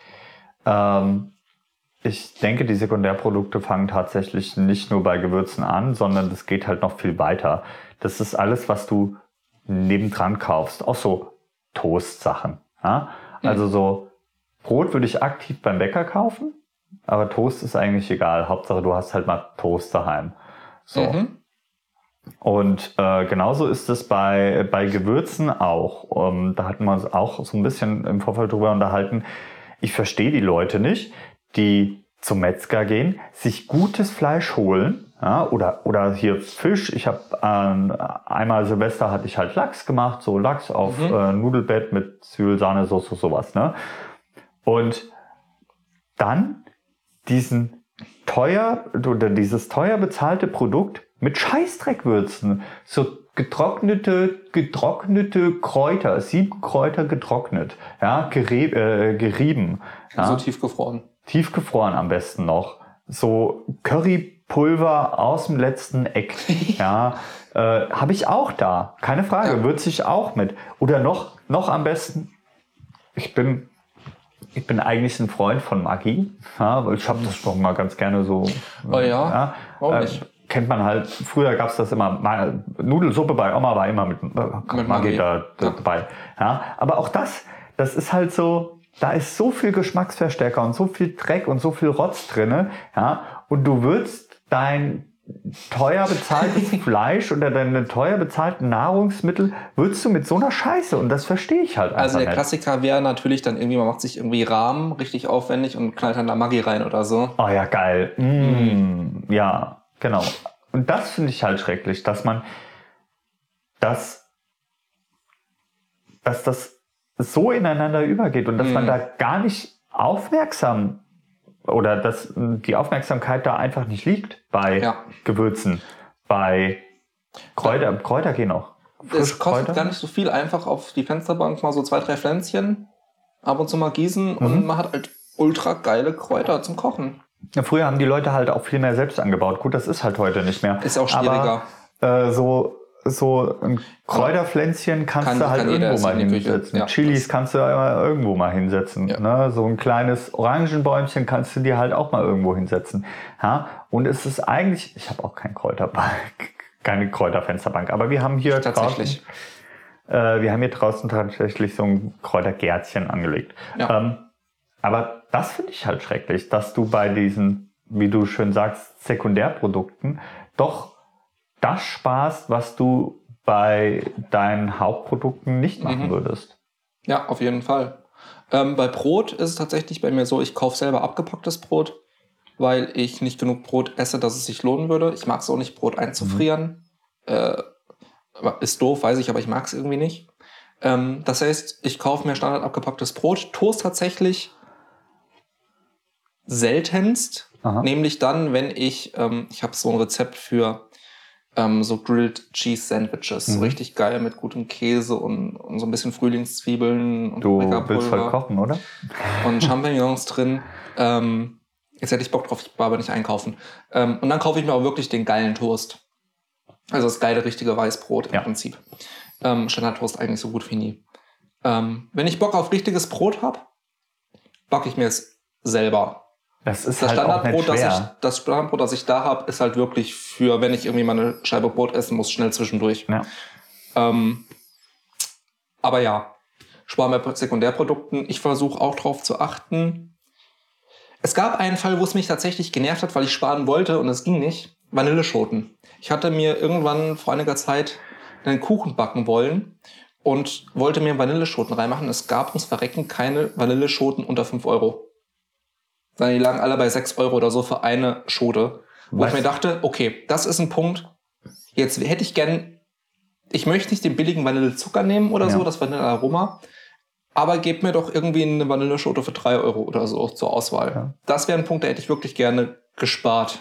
Ähm, ich denke, die Sekundärprodukte fangen tatsächlich nicht nur bei Gewürzen an, sondern das geht halt noch viel weiter. Das ist alles, was du nebendran kaufst. Auch so Toast-Sachen. Ja? Mhm. Also so Brot würde ich aktiv beim Bäcker kaufen, aber Toast ist eigentlich egal. Hauptsache, du hast halt mal Toast daheim. So. Mhm. Und äh, genauso ist es bei, bei Gewürzen auch. Um, da hatten wir uns auch so ein bisschen im Vorfeld drüber unterhalten. Ich verstehe die Leute nicht, die zum Metzger gehen, sich gutes Fleisch holen, ja, oder, oder hier Fisch. Ich habe ähm, einmal Silvester hatte ich halt Lachs gemacht, so Lachs auf mhm. äh, Nudelbett mit Zwiebel, Sahnesoße, sowas, ne? Und dann diesen teuer oder dieses teuer bezahlte Produkt mit Scheißdreckwürzen, so getrocknete, getrocknete Kräuter, sieben Kräuter getrocknet, ja, gerieb, äh, gerieben. Ja, so tiefgefroren. Tiefgefroren am besten noch. So Currypulver aus dem letzten Eck. ja, äh, habe ich auch da. Keine Frage, ja. Würze ich auch mit. Oder noch, noch am besten, ich bin, ich bin eigentlich ein Freund von Maggi, ja, weil ich habe das doch mal ganz gerne so. Oh ja, ja warum nicht? Äh, kennt man halt, früher gab es das immer, Nudelsuppe bei Oma war immer mit, mit Maggi da, da dabei. Ja, aber auch das, das ist halt so, da ist so viel Geschmacksverstärker und so viel Dreck und so viel Rotz drinne, ja, und du würzt dein teuer bezahltes Fleisch oder deine teuer bezahlten Nahrungsmittel würzt du mit so einer Scheiße und das verstehe ich halt einfach Also der nicht. Klassiker wäre natürlich dann irgendwie, man macht sich irgendwie Rahmen richtig aufwendig und knallt dann da Maggi rein oder so. Oh ja, geil. Mm, mhm. Ja, genau. Und das finde ich halt schrecklich, dass man das dass das so ineinander übergeht und dass mm. man da gar nicht aufmerksam oder dass die Aufmerksamkeit da einfach nicht liegt bei ja. Gewürzen, bei Kräuter. Ja. Kräuter gehen auch. Es kostet Kräuter. Gar nicht so viel, einfach auf die Fensterbank mal so zwei, drei Pflänzchen ab und zu mal gießen mhm. und man hat halt ultra geile Kräuter zum Kochen. Ja, früher haben die Leute halt auch viel mehr selbst angebaut. Gut, das ist halt heute nicht mehr. Ist auch schwieriger. Aber, äh, so, so ein Kräuterpflänzchen kannst kann, du halt irgendwo mal hinsetzen. Ja. Chilis kannst du irgendwo mal hinsetzen. Ja. Ne? So ein kleines Orangenbäumchen kannst du dir halt auch mal irgendwo hinsetzen. Ja? Und es ist eigentlich, ich habe auch kein Kräuterbank, keine Kräuterfensterbank, aber wir haben hier tatsächlich. Draußen, äh, wir haben hier draußen tatsächlich so ein Kräutergärtchen angelegt. Ja. Ähm, aber das finde ich halt schrecklich, dass du bei diesen, wie du schön sagst, Sekundärprodukten doch das sparst, was du bei deinen Hauptprodukten nicht machen mhm. würdest. Ja, auf jeden Fall. Ähm, bei Brot ist es tatsächlich bei mir so, ich kaufe selber abgepacktes Brot, weil ich nicht genug Brot esse, dass es sich lohnen würde. Ich mag es auch nicht, Brot einzufrieren. Mhm. Äh, ist doof, weiß ich, aber ich mag es irgendwie nicht. Ähm, das heißt, ich kaufe mir standard abgepacktes Brot. Toast tatsächlich seltenst. Aha. Nämlich dann, wenn ich, ähm, ich habe so ein Rezept für ähm, so Grilled Cheese Sandwiches. Mhm. So richtig geil mit gutem Käse und, und so ein bisschen Frühlingszwiebeln und Du willst voll kochen, oder? Und Champignons drin. Ähm, jetzt hätte ich Bock drauf, ich war aber nicht einkaufen. Ähm, und dann kaufe ich mir auch wirklich den geilen Toast. Also das geile, richtige Weißbrot im ja. Prinzip. Ähm, Standardtoast eigentlich so gut wie nie. Ähm, wenn ich Bock auf richtiges Brot habe, backe ich mir es selber. Das ist das halt Standardbrot, auch nicht schwer. Das, ich, das Standardbrot, das ich da habe, ist halt wirklich für, wenn ich irgendwie mal eine Scheibe Brot essen muss, schnell zwischendurch. Ja. Ähm, aber ja, sparen bei Sekundärprodukten. Ich versuche auch drauf zu achten. Es gab einen Fall, wo es mich tatsächlich genervt hat, weil ich sparen wollte und es ging nicht. Vanilleschoten. Ich hatte mir irgendwann vor einiger Zeit einen Kuchen backen wollen und wollte mir Vanilleschoten reinmachen. Es gab uns Verrecken keine Vanilleschoten unter fünf Euro. Sondern die lagen alle bei sechs Euro oder so für eine Schote. Wo Was? ich mir dachte, okay, das ist ein Punkt. Jetzt hätte ich gern, ich möchte nicht den billigen Vanillezucker nehmen oder ja. so, das Vanillearoma. Aber gebt mir doch irgendwie eine Vanilleschote für drei Euro oder so zur Auswahl. Ja. Das wäre ein Punkt, da hätte ich wirklich gerne gespart.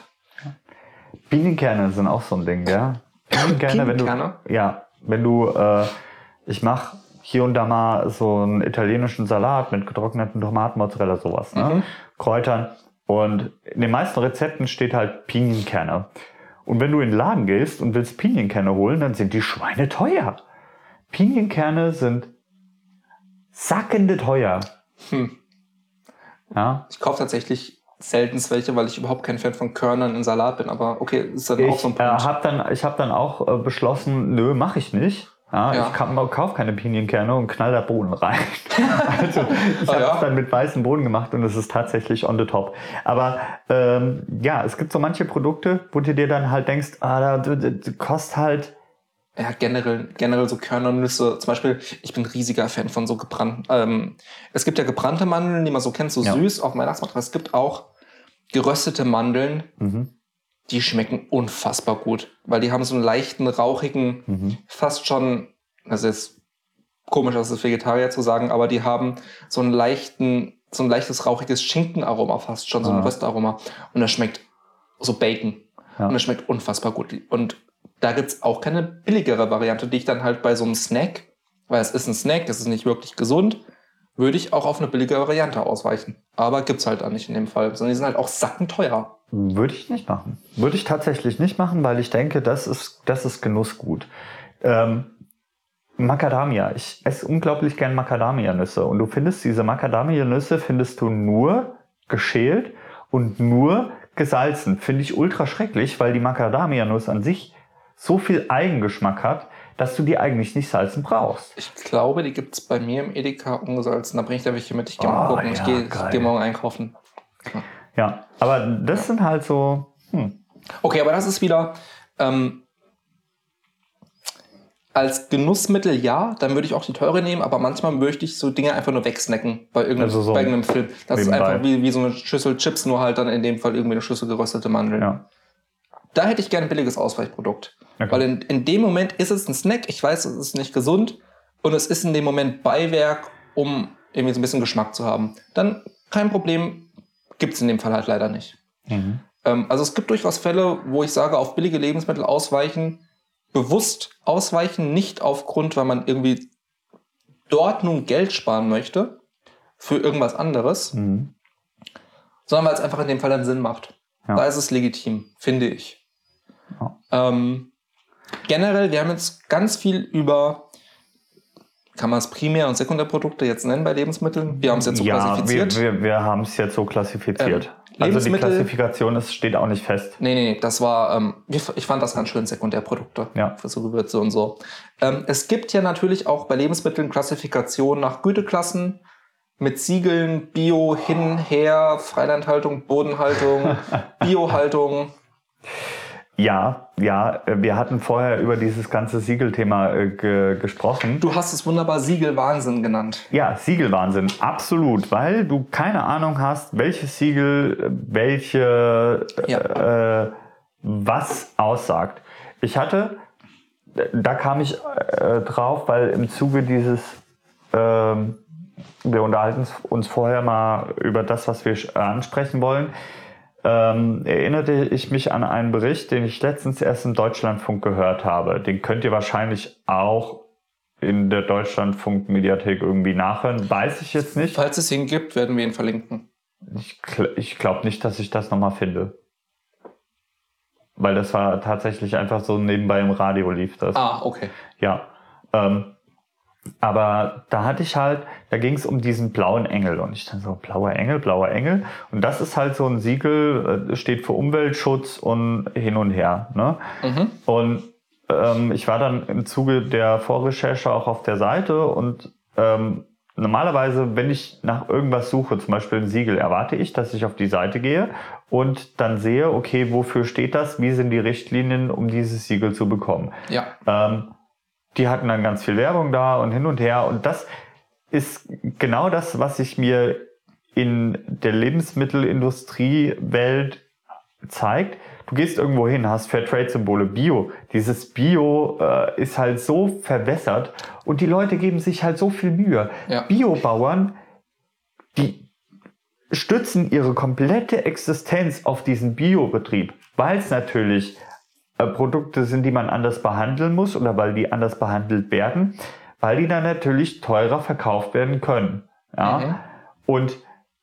Pinienkerne sind auch so ein Ding, ja. Pinienkerne, wenn du, ja, wenn du, äh, ich mache hier und da mal so einen italienischen Salat mit getrockneten Tomaten, Mozzarella, sowas, ne? Mhm. Kräutern. Und in den meisten Rezepten steht halt Pinienkerne. Und wenn du in den Laden gehst und willst Pinienkerne holen, dann sind die Schweine teuer. Pinienkerne sind sackende teuer. Hm. Ja? Ich kaufe tatsächlich selten welche, weil ich überhaupt kein Fan von Körnern in Salat bin. Aber okay, ist dann ich, auch so ein Punkt. Äh, hab dann, ich habe dann auch äh, beschlossen, nö, mache ich nicht. Ja, ja. Ich kaufe keine Pinienkerne und knall da Bohnen rein. Also ich oh, habe ja. es dann mit weißen Bohnen gemacht und es ist tatsächlich on the top. Aber ähm, ja, es gibt so manche Produkte, wo du dir dann halt denkst, ah, das, das kostet halt... Ja, generell, generell so Körnernüsse. Zum Beispiel, ich bin ein riesiger Fan von so gebrannten... Ähm, es gibt ja gebrannte Mandeln, die man so kennt, so ja. süß auf Weihnachtsmarkt. Aber es gibt auch geröstete Mandeln, mhm. die schmecken unfassbar gut. Weil die haben so einen leichten, rauchigen, mhm. fast schon... Das ist komisch, das ist Vegetarier zu sagen, aber die haben so einen leichten, so ein leichtes, rauchiges Schinkenaroma fast schon, so ein ah. Röstaroma. Und das schmeckt so Bacon. Ja. Und das schmeckt unfassbar gut. Und da gibt's auch keine billigere Variante, die ich dann halt bei so einem Snack, weil es ist ein Snack, das ist nicht wirklich gesund, würde ich auch auf eine billige Variante ausweichen. Aber gibt's halt dann nicht in dem Fall, sondern die sind halt auch sackenteuer. Würde ich nicht machen. Würde ich tatsächlich nicht machen, weil ich denke, das ist, das ist Genussgut. Ähm, Macadamia. Ich esse unglaublich gern Macadamia-Nüsse. Und du findest diese Macadamia-Nüsse findest du nur geschält und nur gesalzen. Finde ich ultra schrecklich, weil die Macadamia-Nuss an sich so viel Eigengeschmack hat, dass du die eigentlich nicht salzen brauchst. Ich glaube, die gibt es bei mir im Edeka ungesalzen. Da bringe ich da welche mit. Ich gehe mal oh, gucken. Ja, ich gehe geh morgen einkaufen. Ja, ja aber das ja. sind halt so... Hm. Okay, aber das ist wieder... Ähm, als Genussmittel ja, dann würde ich auch die teure nehmen, aber manchmal möchte ich so Dinge einfach nur wegsnacken bei irgendeinem, also so bei irgendeinem Film. Das ist einfach wie, wie so eine Schüssel Chips, nur halt dann in dem Fall irgendwie eine Schüssel geröstete Mandeln. Ja. Da hätte ich gerne ein billiges Ausweichprodukt. Okay. Weil in, in dem Moment ist es ein Snack, ich weiß, es ist nicht gesund, und es ist in dem Moment Beiwerk, um irgendwie so ein bisschen Geschmack zu haben, dann kein Problem, gibt es in dem Fall halt leider nicht. Mhm. Ähm, also es gibt durchaus Fälle, wo ich sage, auf billige Lebensmittel ausweichen, bewusst ausweichen, nicht aufgrund, weil man irgendwie dort nun Geld sparen möchte für irgendwas anderes, mhm. sondern weil es einfach in dem Fall dann Sinn macht. Ja. Da ist es legitim, finde ich. Ja. Ähm, generell, wir haben jetzt ganz viel über, kann man es Primär- und Sekundärprodukte jetzt nennen bei Lebensmitteln? Wir haben es jetzt so ja, klassifiziert. Wir, wir, wir haben es jetzt so klassifiziert. Ähm, also die Klassifikation ist, steht auch nicht fest. Nee, nee, das war, ähm, ich fand das ganz schön, Sekundärprodukte ja. für so Gewürze und so. Ähm, es gibt ja natürlich auch bei Lebensmitteln Klassifikationen nach Güteklassen mit Siegeln, Bio, hin, her, Freilandhaltung, Bodenhaltung, Biohaltung. Ja, ja, wir hatten vorher über dieses ganze Siegelthema äh, ge- gesprochen. Du hast es wunderbar Siegelwahnsinn genannt. Ja, Siegelwahnsinn, absolut, weil du keine Ahnung hast, welches Siegel, welche, ja. äh, was aussagt. Ich hatte, da kam ich äh, drauf, weil im Zuge dieses, äh, wir unterhalten uns vorher mal über das, was wir ansprechen wollen, Ähm, erinnerte ich mich an einen Bericht, den ich letztens erst im Deutschlandfunk gehört habe. Den könnt ihr wahrscheinlich auch in der Deutschlandfunk-Mediathek irgendwie nachhören. Weiß ich jetzt nicht. Falls es ihn gibt, werden wir ihn verlinken. Ich, ich glaube nicht, dass ich das nochmal finde. Weil das war tatsächlich einfach so nebenbei im Radio lief das. Ah, okay. Ja. Ähm, Aber da hatte ich halt, da ging es um diesen blauen Engel und ich dachte so, blauer Engel, blauer Engel und das ist halt so ein Siegel, steht für Umweltschutz und hin und her. Ne? Mhm. Und ähm, ich war dann im Zuge der Vorrecherche auch auf der Seite und ähm, normalerweise, wenn ich nach irgendwas suche, zum Beispiel ein Siegel, erwarte ich, dass ich auf die Seite gehe und dann sehe, okay, wofür steht das, wie sind die Richtlinien, um dieses Siegel zu bekommen. Ja. Ähm, Die hatten dann ganz viel Werbung da und hin und her. Und das ist genau das, was ich mir in der Lebensmittelindustriewelt zeigt. Du gehst irgendwo hin, hast Fairtrade-Symbole, Bio. Dieses Bio äh, ist halt so verwässert und die Leute geben sich halt so viel Mühe. Ja. Biobauern, die stützen ihre komplette Existenz auf diesen Biobetrieb, weil es natürlich Produkte sind, die man anders behandeln muss oder weil die anders behandelt werden, weil die dann natürlich teurer verkauft werden können. Ja? Mhm. Und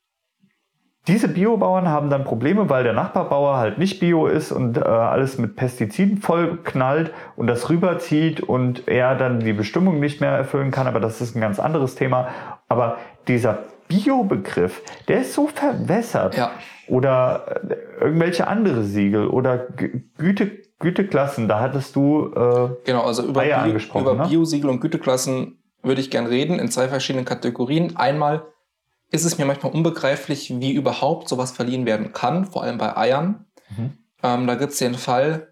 diese Biobauern haben dann Probleme, weil der Nachbarbauer halt nicht Bio ist und äh, alles mit Pestiziden vollknallt und das rüberzieht und er dann die Bestimmung nicht mehr erfüllen kann, aber das ist ein ganz anderes Thema. Aber dieser Bio-Begriff, der ist so verwässert. Ja. Oder äh, irgendwelche andere Siegel oder G- Güte Güteklassen, da hattest du äh, genau, also über, Bio, angesprochen, über ne? Biosiegel und Güteklassen würde ich gern reden in zwei verschiedenen Kategorien. Einmal ist es mir manchmal unbegreiflich, wie überhaupt sowas verliehen werden kann, vor allem bei Eiern. Mhm. Ähm, da gibt es den Fall,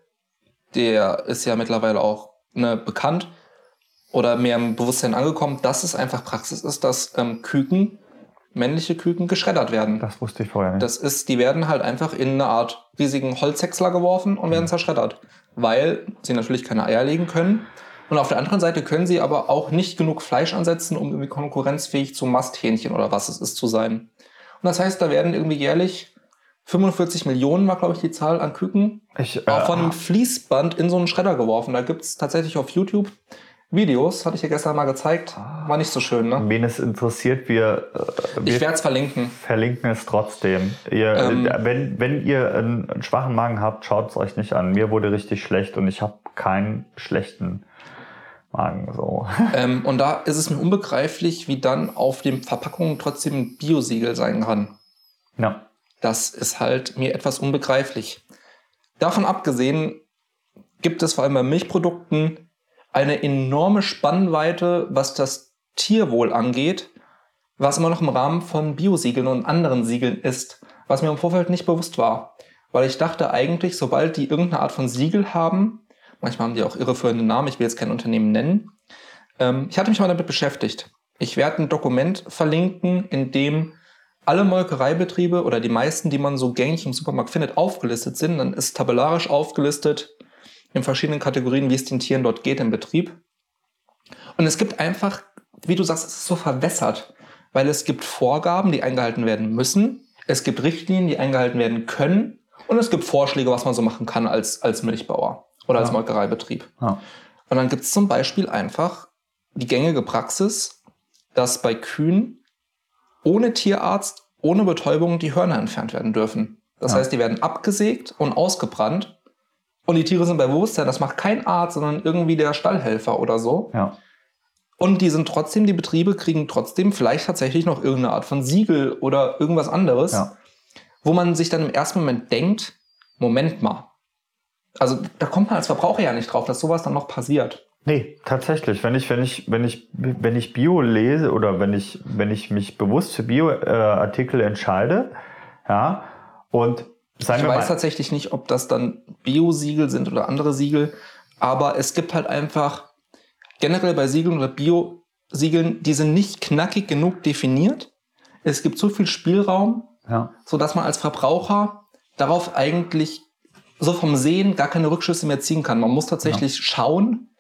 der ist ja mittlerweile auch ne, bekannt oder mehr im Bewusstsein angekommen, dass es einfach Praxis ist, dass ähm, Küken, männliche Küken, geschreddert werden. Das wusste ich vorher nicht. Das ist, die werden halt einfach in eine Art riesigen Holzhäcksler geworfen und werden zerschreddert, weil sie natürlich keine Eier legen können. Und auf der anderen Seite können sie aber auch nicht genug Fleisch ansetzen, um irgendwie konkurrenzfähig zu Masthähnchen oder was es ist zu sein. Und das heißt, da werden irgendwie jährlich fünfundvierzig Millionen, war glaube ich die Zahl, an Küken ich, äh, auch von einem Fließband in so einen Schredder geworfen. Da gibt es tatsächlich auf YouTube Videos, hatte ich ja gestern mal gezeigt, war nicht so schön, ne? Wen es interessiert, wir, wir ich werde es verlinken. Verlinken es trotzdem. Ihr, ähm, wenn, wenn ihr einen, einen schwachen Magen habt, schaut es euch nicht an. Mir wurde richtig schlecht und ich habe keinen schlechten Magen. So. Ähm, und da ist es mir unbegreiflich, wie dann auf den Verpackungen trotzdem ein Biosiegel sein kann. Ja. Das ist halt mir etwas unbegreiflich. Davon abgesehen gibt es vor allem bei Milchprodukten eine enorme Spannweite, was das Tierwohl angeht, was immer noch im Rahmen von Biosiegeln und anderen Siegeln ist, was mir im Vorfeld nicht bewusst war. Weil ich dachte eigentlich, sobald die irgendeine Art von Siegel haben, manchmal haben die auch irreführende Namen, ich will jetzt kein Unternehmen nennen, ähm, ich hatte mich mal damit beschäftigt. Ich werde ein Dokument verlinken, in dem alle Molkereibetriebe oder die meisten, die man so gängig im Supermarkt findet, aufgelistet sind. Dann ist tabellarisch aufgelistet in verschiedenen Kategorien, wie es den Tieren dort geht im Betrieb. Und es gibt einfach, wie du sagst, es ist so verwässert, weil es gibt Vorgaben, die eingehalten werden müssen. Es gibt Richtlinien, die eingehalten werden können. Und es gibt Vorschläge, was man so machen kann als, als Milchbauer oder als ja. Molkereibetrieb. Ja. Und dann gibt es zum Beispiel einfach die gängige Praxis, dass bei Kühen ohne Tierarzt, ohne Betäubung die Hörner entfernt werden dürfen. Das ja. heißt, die werden abgesägt und ausgebrannt. Und die Tiere sind bei Bewusstsein. Das macht kein Arzt, sondern irgendwie der Stallhelfer oder so. Ja. Und die sind trotzdem, die Betriebe kriegen trotzdem vielleicht tatsächlich noch irgendeine Art von Siegel oder irgendwas anderes, ja. wo man sich dann im ersten Moment denkt, Moment mal. Also da kommt man als Verbraucher ja nicht drauf, dass sowas dann noch passiert. Nee, tatsächlich. Wenn ich, wenn ich, wenn ich, wenn ich Bio lese oder wenn ich, wenn ich mich bewusst für Bio-Artikel äh, entscheide, ja, und sagen ich wir weiß mal, tatsächlich nicht, ob das dann Bio-Siegel sind oder andere Siegel, aber es gibt halt einfach generell bei Siegeln oder Bio-Siegeln, die sind nicht knackig genug definiert. Es gibt so viel Spielraum, ja. sodass man als Verbraucher darauf eigentlich so vom Sehen gar keine Rückschlüsse mehr ziehen kann. Man muss tatsächlich ja. schauen,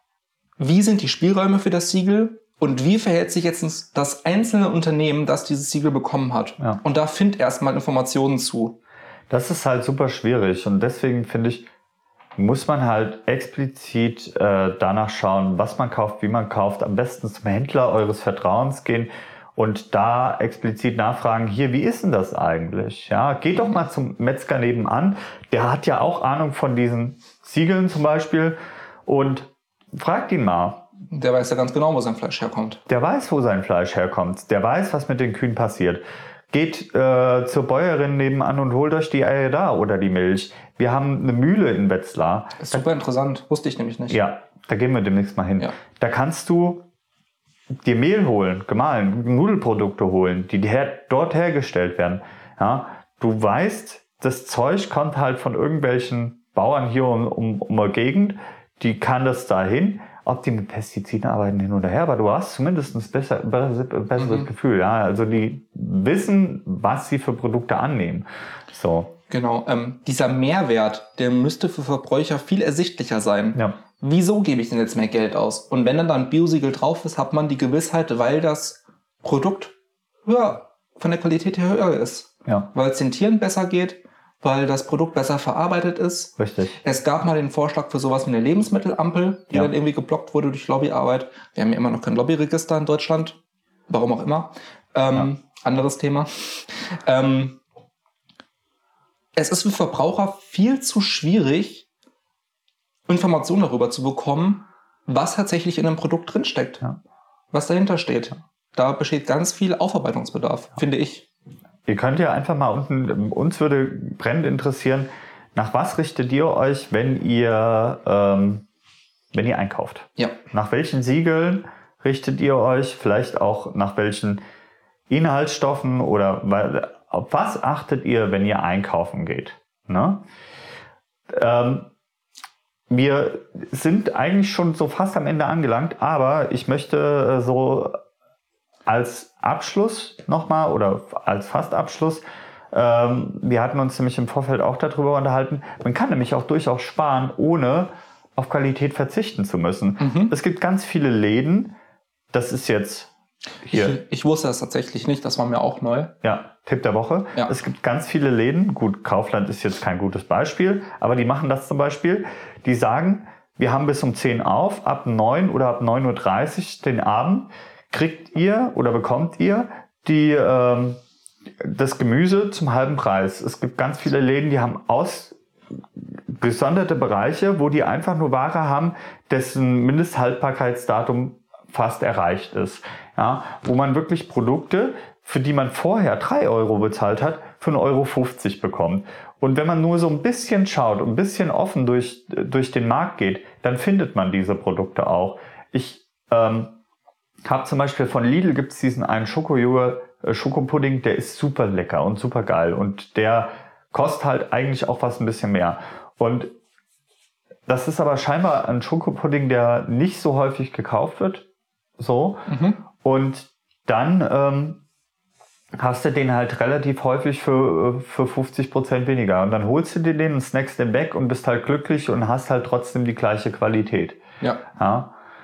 wie sind die Spielräume für das Siegel und wie verhält sich jetzt das einzelne Unternehmen, das dieses Siegel bekommen hat. Ja. Und da find erstmal Informationen zu. Das ist halt super schwierig und deswegen finde ich, muss man halt explizit äh, danach schauen, was man kauft, wie man kauft. Am besten zum Händler eures Vertrauens gehen und da explizit nachfragen, hier, wie ist denn das eigentlich? Ja, geht doch mal zum Metzger nebenan. Der hat ja auch Ahnung von diesen Siegeln zum Beispiel und fragt ihn mal. Der weiß ja ganz genau, wo sein Fleisch herkommt. Der weiß, wo sein Fleisch herkommt. Der weiß, was mit den Kühen passiert. Geht äh, zur Bäuerin nebenan und holt euch die Eier da oder die Milch. Wir haben eine Mühle in Wetzlar. Das ist super interessant, wusste ich nämlich nicht. Ja, da gehen wir demnächst mal hin. Ja. Da kannst du dir Mehl holen, gemahlen, Nudelprodukte holen, die her- dort hergestellt werden. Ja, du weißt, das Zeug kommt halt von irgendwelchen Bauern hier um, um, um die Gegend, die kann das dahin. Ob die mit Pestiziden arbeiten hin oder her, aber du hast zumindest ein besser, besser, besseres mhm. Gefühl. Ja? Also die wissen, was sie für Produkte annehmen. So. Genau. Ähm, dieser Mehrwert, der müsste für Verbraucher viel ersichtlicher sein. Ja. Wieso gebe ich denn jetzt mehr Geld aus? Und wenn dann da ein Biosiegel drauf ist, hat man die Gewissheit, weil das Produkt höher, von der Qualität her höher ist. Ja. Weil es den Tieren besser geht, weil das Produkt besser verarbeitet ist. Richtig. Es gab mal den Vorschlag für sowas wie eine Lebensmittelampel, die ja. dann irgendwie geblockt wurde durch Lobbyarbeit. Wir haben ja immer noch kein Lobbyregister in Deutschland. Warum auch immer. Ähm, ja. Anderes Thema. Ähm, es ist für Verbraucher viel zu schwierig, Informationen darüber zu bekommen, was tatsächlich in einem Produkt drinsteckt. Ja. Was dahinter steht. Da besteht ganz viel Aufarbeitungsbedarf, ja. finde ich. Ihr könnt ja einfach mal unten, uns würde brennend interessieren, nach was richtet ihr euch, wenn ihr, ähm, wenn ihr einkauft? Ja. Nach welchen Siegeln richtet ihr euch? Vielleicht auch nach welchen Inhaltsstoffen oder weil, auf was achtet ihr, wenn ihr einkaufen geht? Ne? Ähm, wir sind eigentlich schon so fast am Ende angelangt, aber ich möchte so als Abschluss nochmal oder als Fastabschluss, ähm, wir hatten uns nämlich im Vorfeld auch darüber unterhalten, man kann nämlich auch durchaus sparen, ohne auf Qualität verzichten zu müssen. Mhm. Es gibt ganz viele Läden, das ist jetzt hier. Ich, ich wusste das tatsächlich nicht, das war mir auch neu. Ja, Tipp der Woche. Ja. Es gibt ganz viele Läden, gut, Kaufland ist jetzt kein gutes Beispiel, aber die machen das zum Beispiel, die sagen, wir haben bis um zehn auf, ab neun oder ab neun Uhr dreißig den Abend kriegt ihr oder bekommt ihr die, ähm, das Gemüse zum halben Preis. Es gibt ganz viele Läden, die haben ausgesonderte Bereiche, wo die einfach nur Ware haben, dessen Mindesthaltbarkeitsdatum fast erreicht ist. Ja, wo man wirklich Produkte, für die man vorher drei Euro bezahlt hat, für ein Euro fünfzig bekommt. Und wenn man nur so ein bisschen schaut, ein bisschen offen durch, durch den Markt geht, dann findet man diese Produkte auch. Ich ähm, habe zum Beispiel von Lidl gibt es diesen einen Schokojoghurt, äh, Schokopudding, der ist super lecker und super geil. Und der kostet halt eigentlich auch was ein bisschen mehr. Und das ist aber scheinbar ein Schokopudding, der nicht so häufig gekauft wird. So. Mhm. Und dann ähm, hast du den halt relativ häufig für, für fünfzig Prozent weniger. Und dann holst du dir den und snackst den weg und bist halt glücklich und hast halt trotzdem die gleiche Qualität. Ja. Ja.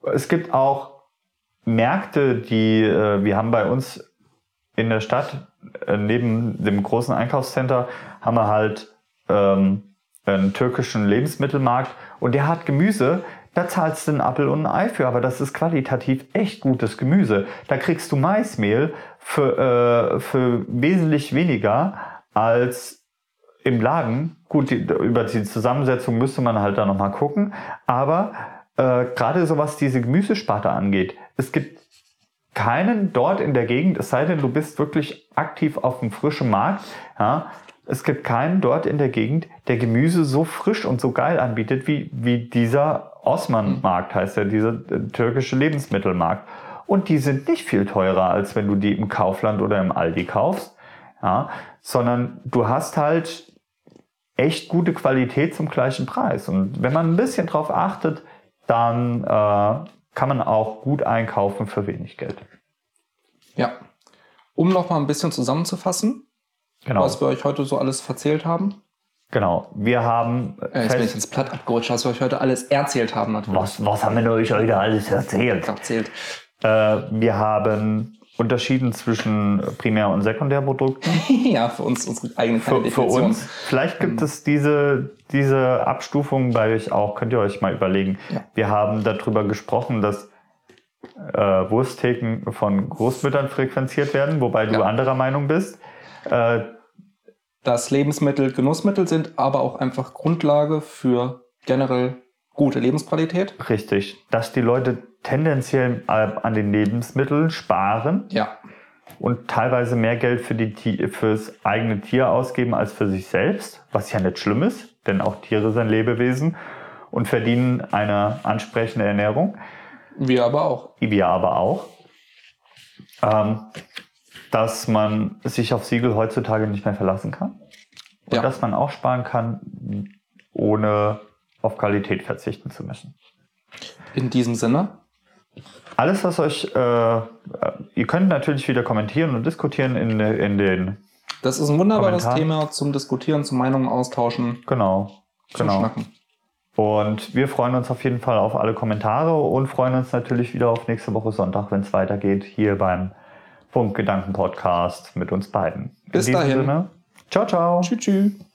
es gibt auch Märkte, die, äh, wir haben bei uns in der Stadt, äh, neben dem großen Einkaufscenter, haben wir halt ähm, einen türkischen Lebensmittelmarkt und der hat Gemüse, da zahlst du einen Apfel und ein Ei für, aber das ist qualitativ echt gutes Gemüse. Da kriegst du Maismehl für, äh, für wesentlich weniger als im Laden. Gut, die, über die Zusammensetzung müsste man halt da nochmal gucken, aber äh, gerade so was diese Gemüsesparte angeht, es gibt keinen dort in der Gegend, es sei denn, du bist wirklich aktiv auf dem frischen Markt, ja, es gibt keinen dort in der Gegend, der Gemüse so frisch und so geil anbietet, wie, wie dieser Osman-Markt, heißt ja, dieser äh, türkische Lebensmittelmarkt. Und die sind nicht viel teurer, als wenn du die im Kaufland oder im Aldi kaufst, ja, sondern du hast halt echt gute Qualität zum gleichen Preis. Und wenn man ein bisschen drauf achtet, dann äh, kann man auch gut einkaufen für wenig Geld. Ja. Um noch mal ein bisschen zusammenzufassen, genau. was wir euch heute so alles erzählt haben. Genau, wir haben... Äh, jetzt bin ich ins Platt abgerutscht, was wir euch heute alles erzählt haben. Natürlich. Was, was haben wir euch heute alles erzählt? erzählt? Äh, wir haben unterschieden zwischen Primär- und Sekundärprodukten. Ja, für uns unsere eigene für, Definition. Für uns. Vielleicht gibt es diese, diese Abstufung bei euch auch, könnt ihr euch mal überlegen. Ja. Wir haben darüber gesprochen, dass äh, Wursttheken von Großmüttern frequenziert werden, wobei du ja. anderer Meinung bist. Äh, dass Lebensmittel Genussmittel sind, aber auch einfach Grundlage für generell gute Lebensqualität. Richtig. Dass die Leute tendenziell an den Lebensmitteln sparen ja. und teilweise mehr Geld für die, fürs eigene Tier ausgeben als für sich selbst, was ja nicht schlimm ist, denn auch Tiere sind Lebewesen und verdienen eine ansprechende Ernährung. Wir aber auch. Wir aber auch. Ähm, dass man sich auf Siegel heutzutage nicht mehr verlassen kann. Und ja. dass man auch sparen kann, ohne auf Qualität verzichten zu müssen. In diesem Sinne. Alles, was euch... Äh, ihr könnt natürlich wieder kommentieren und diskutieren in, in den Das ist ein wunderbares Kommentar. Thema zum Diskutieren, zum Meinungen austauschen. Genau. Zum genau. Schnacken. Und wir freuen uns auf jeden Fall auf alle Kommentare und freuen uns natürlich wieder auf nächste Woche Sonntag, wenn es weitergeht, hier beim Punktgedanken-Podcast mit uns beiden. Bis In diesem dahin. Sinne, ciao, ciao. Tschüss, tschüss.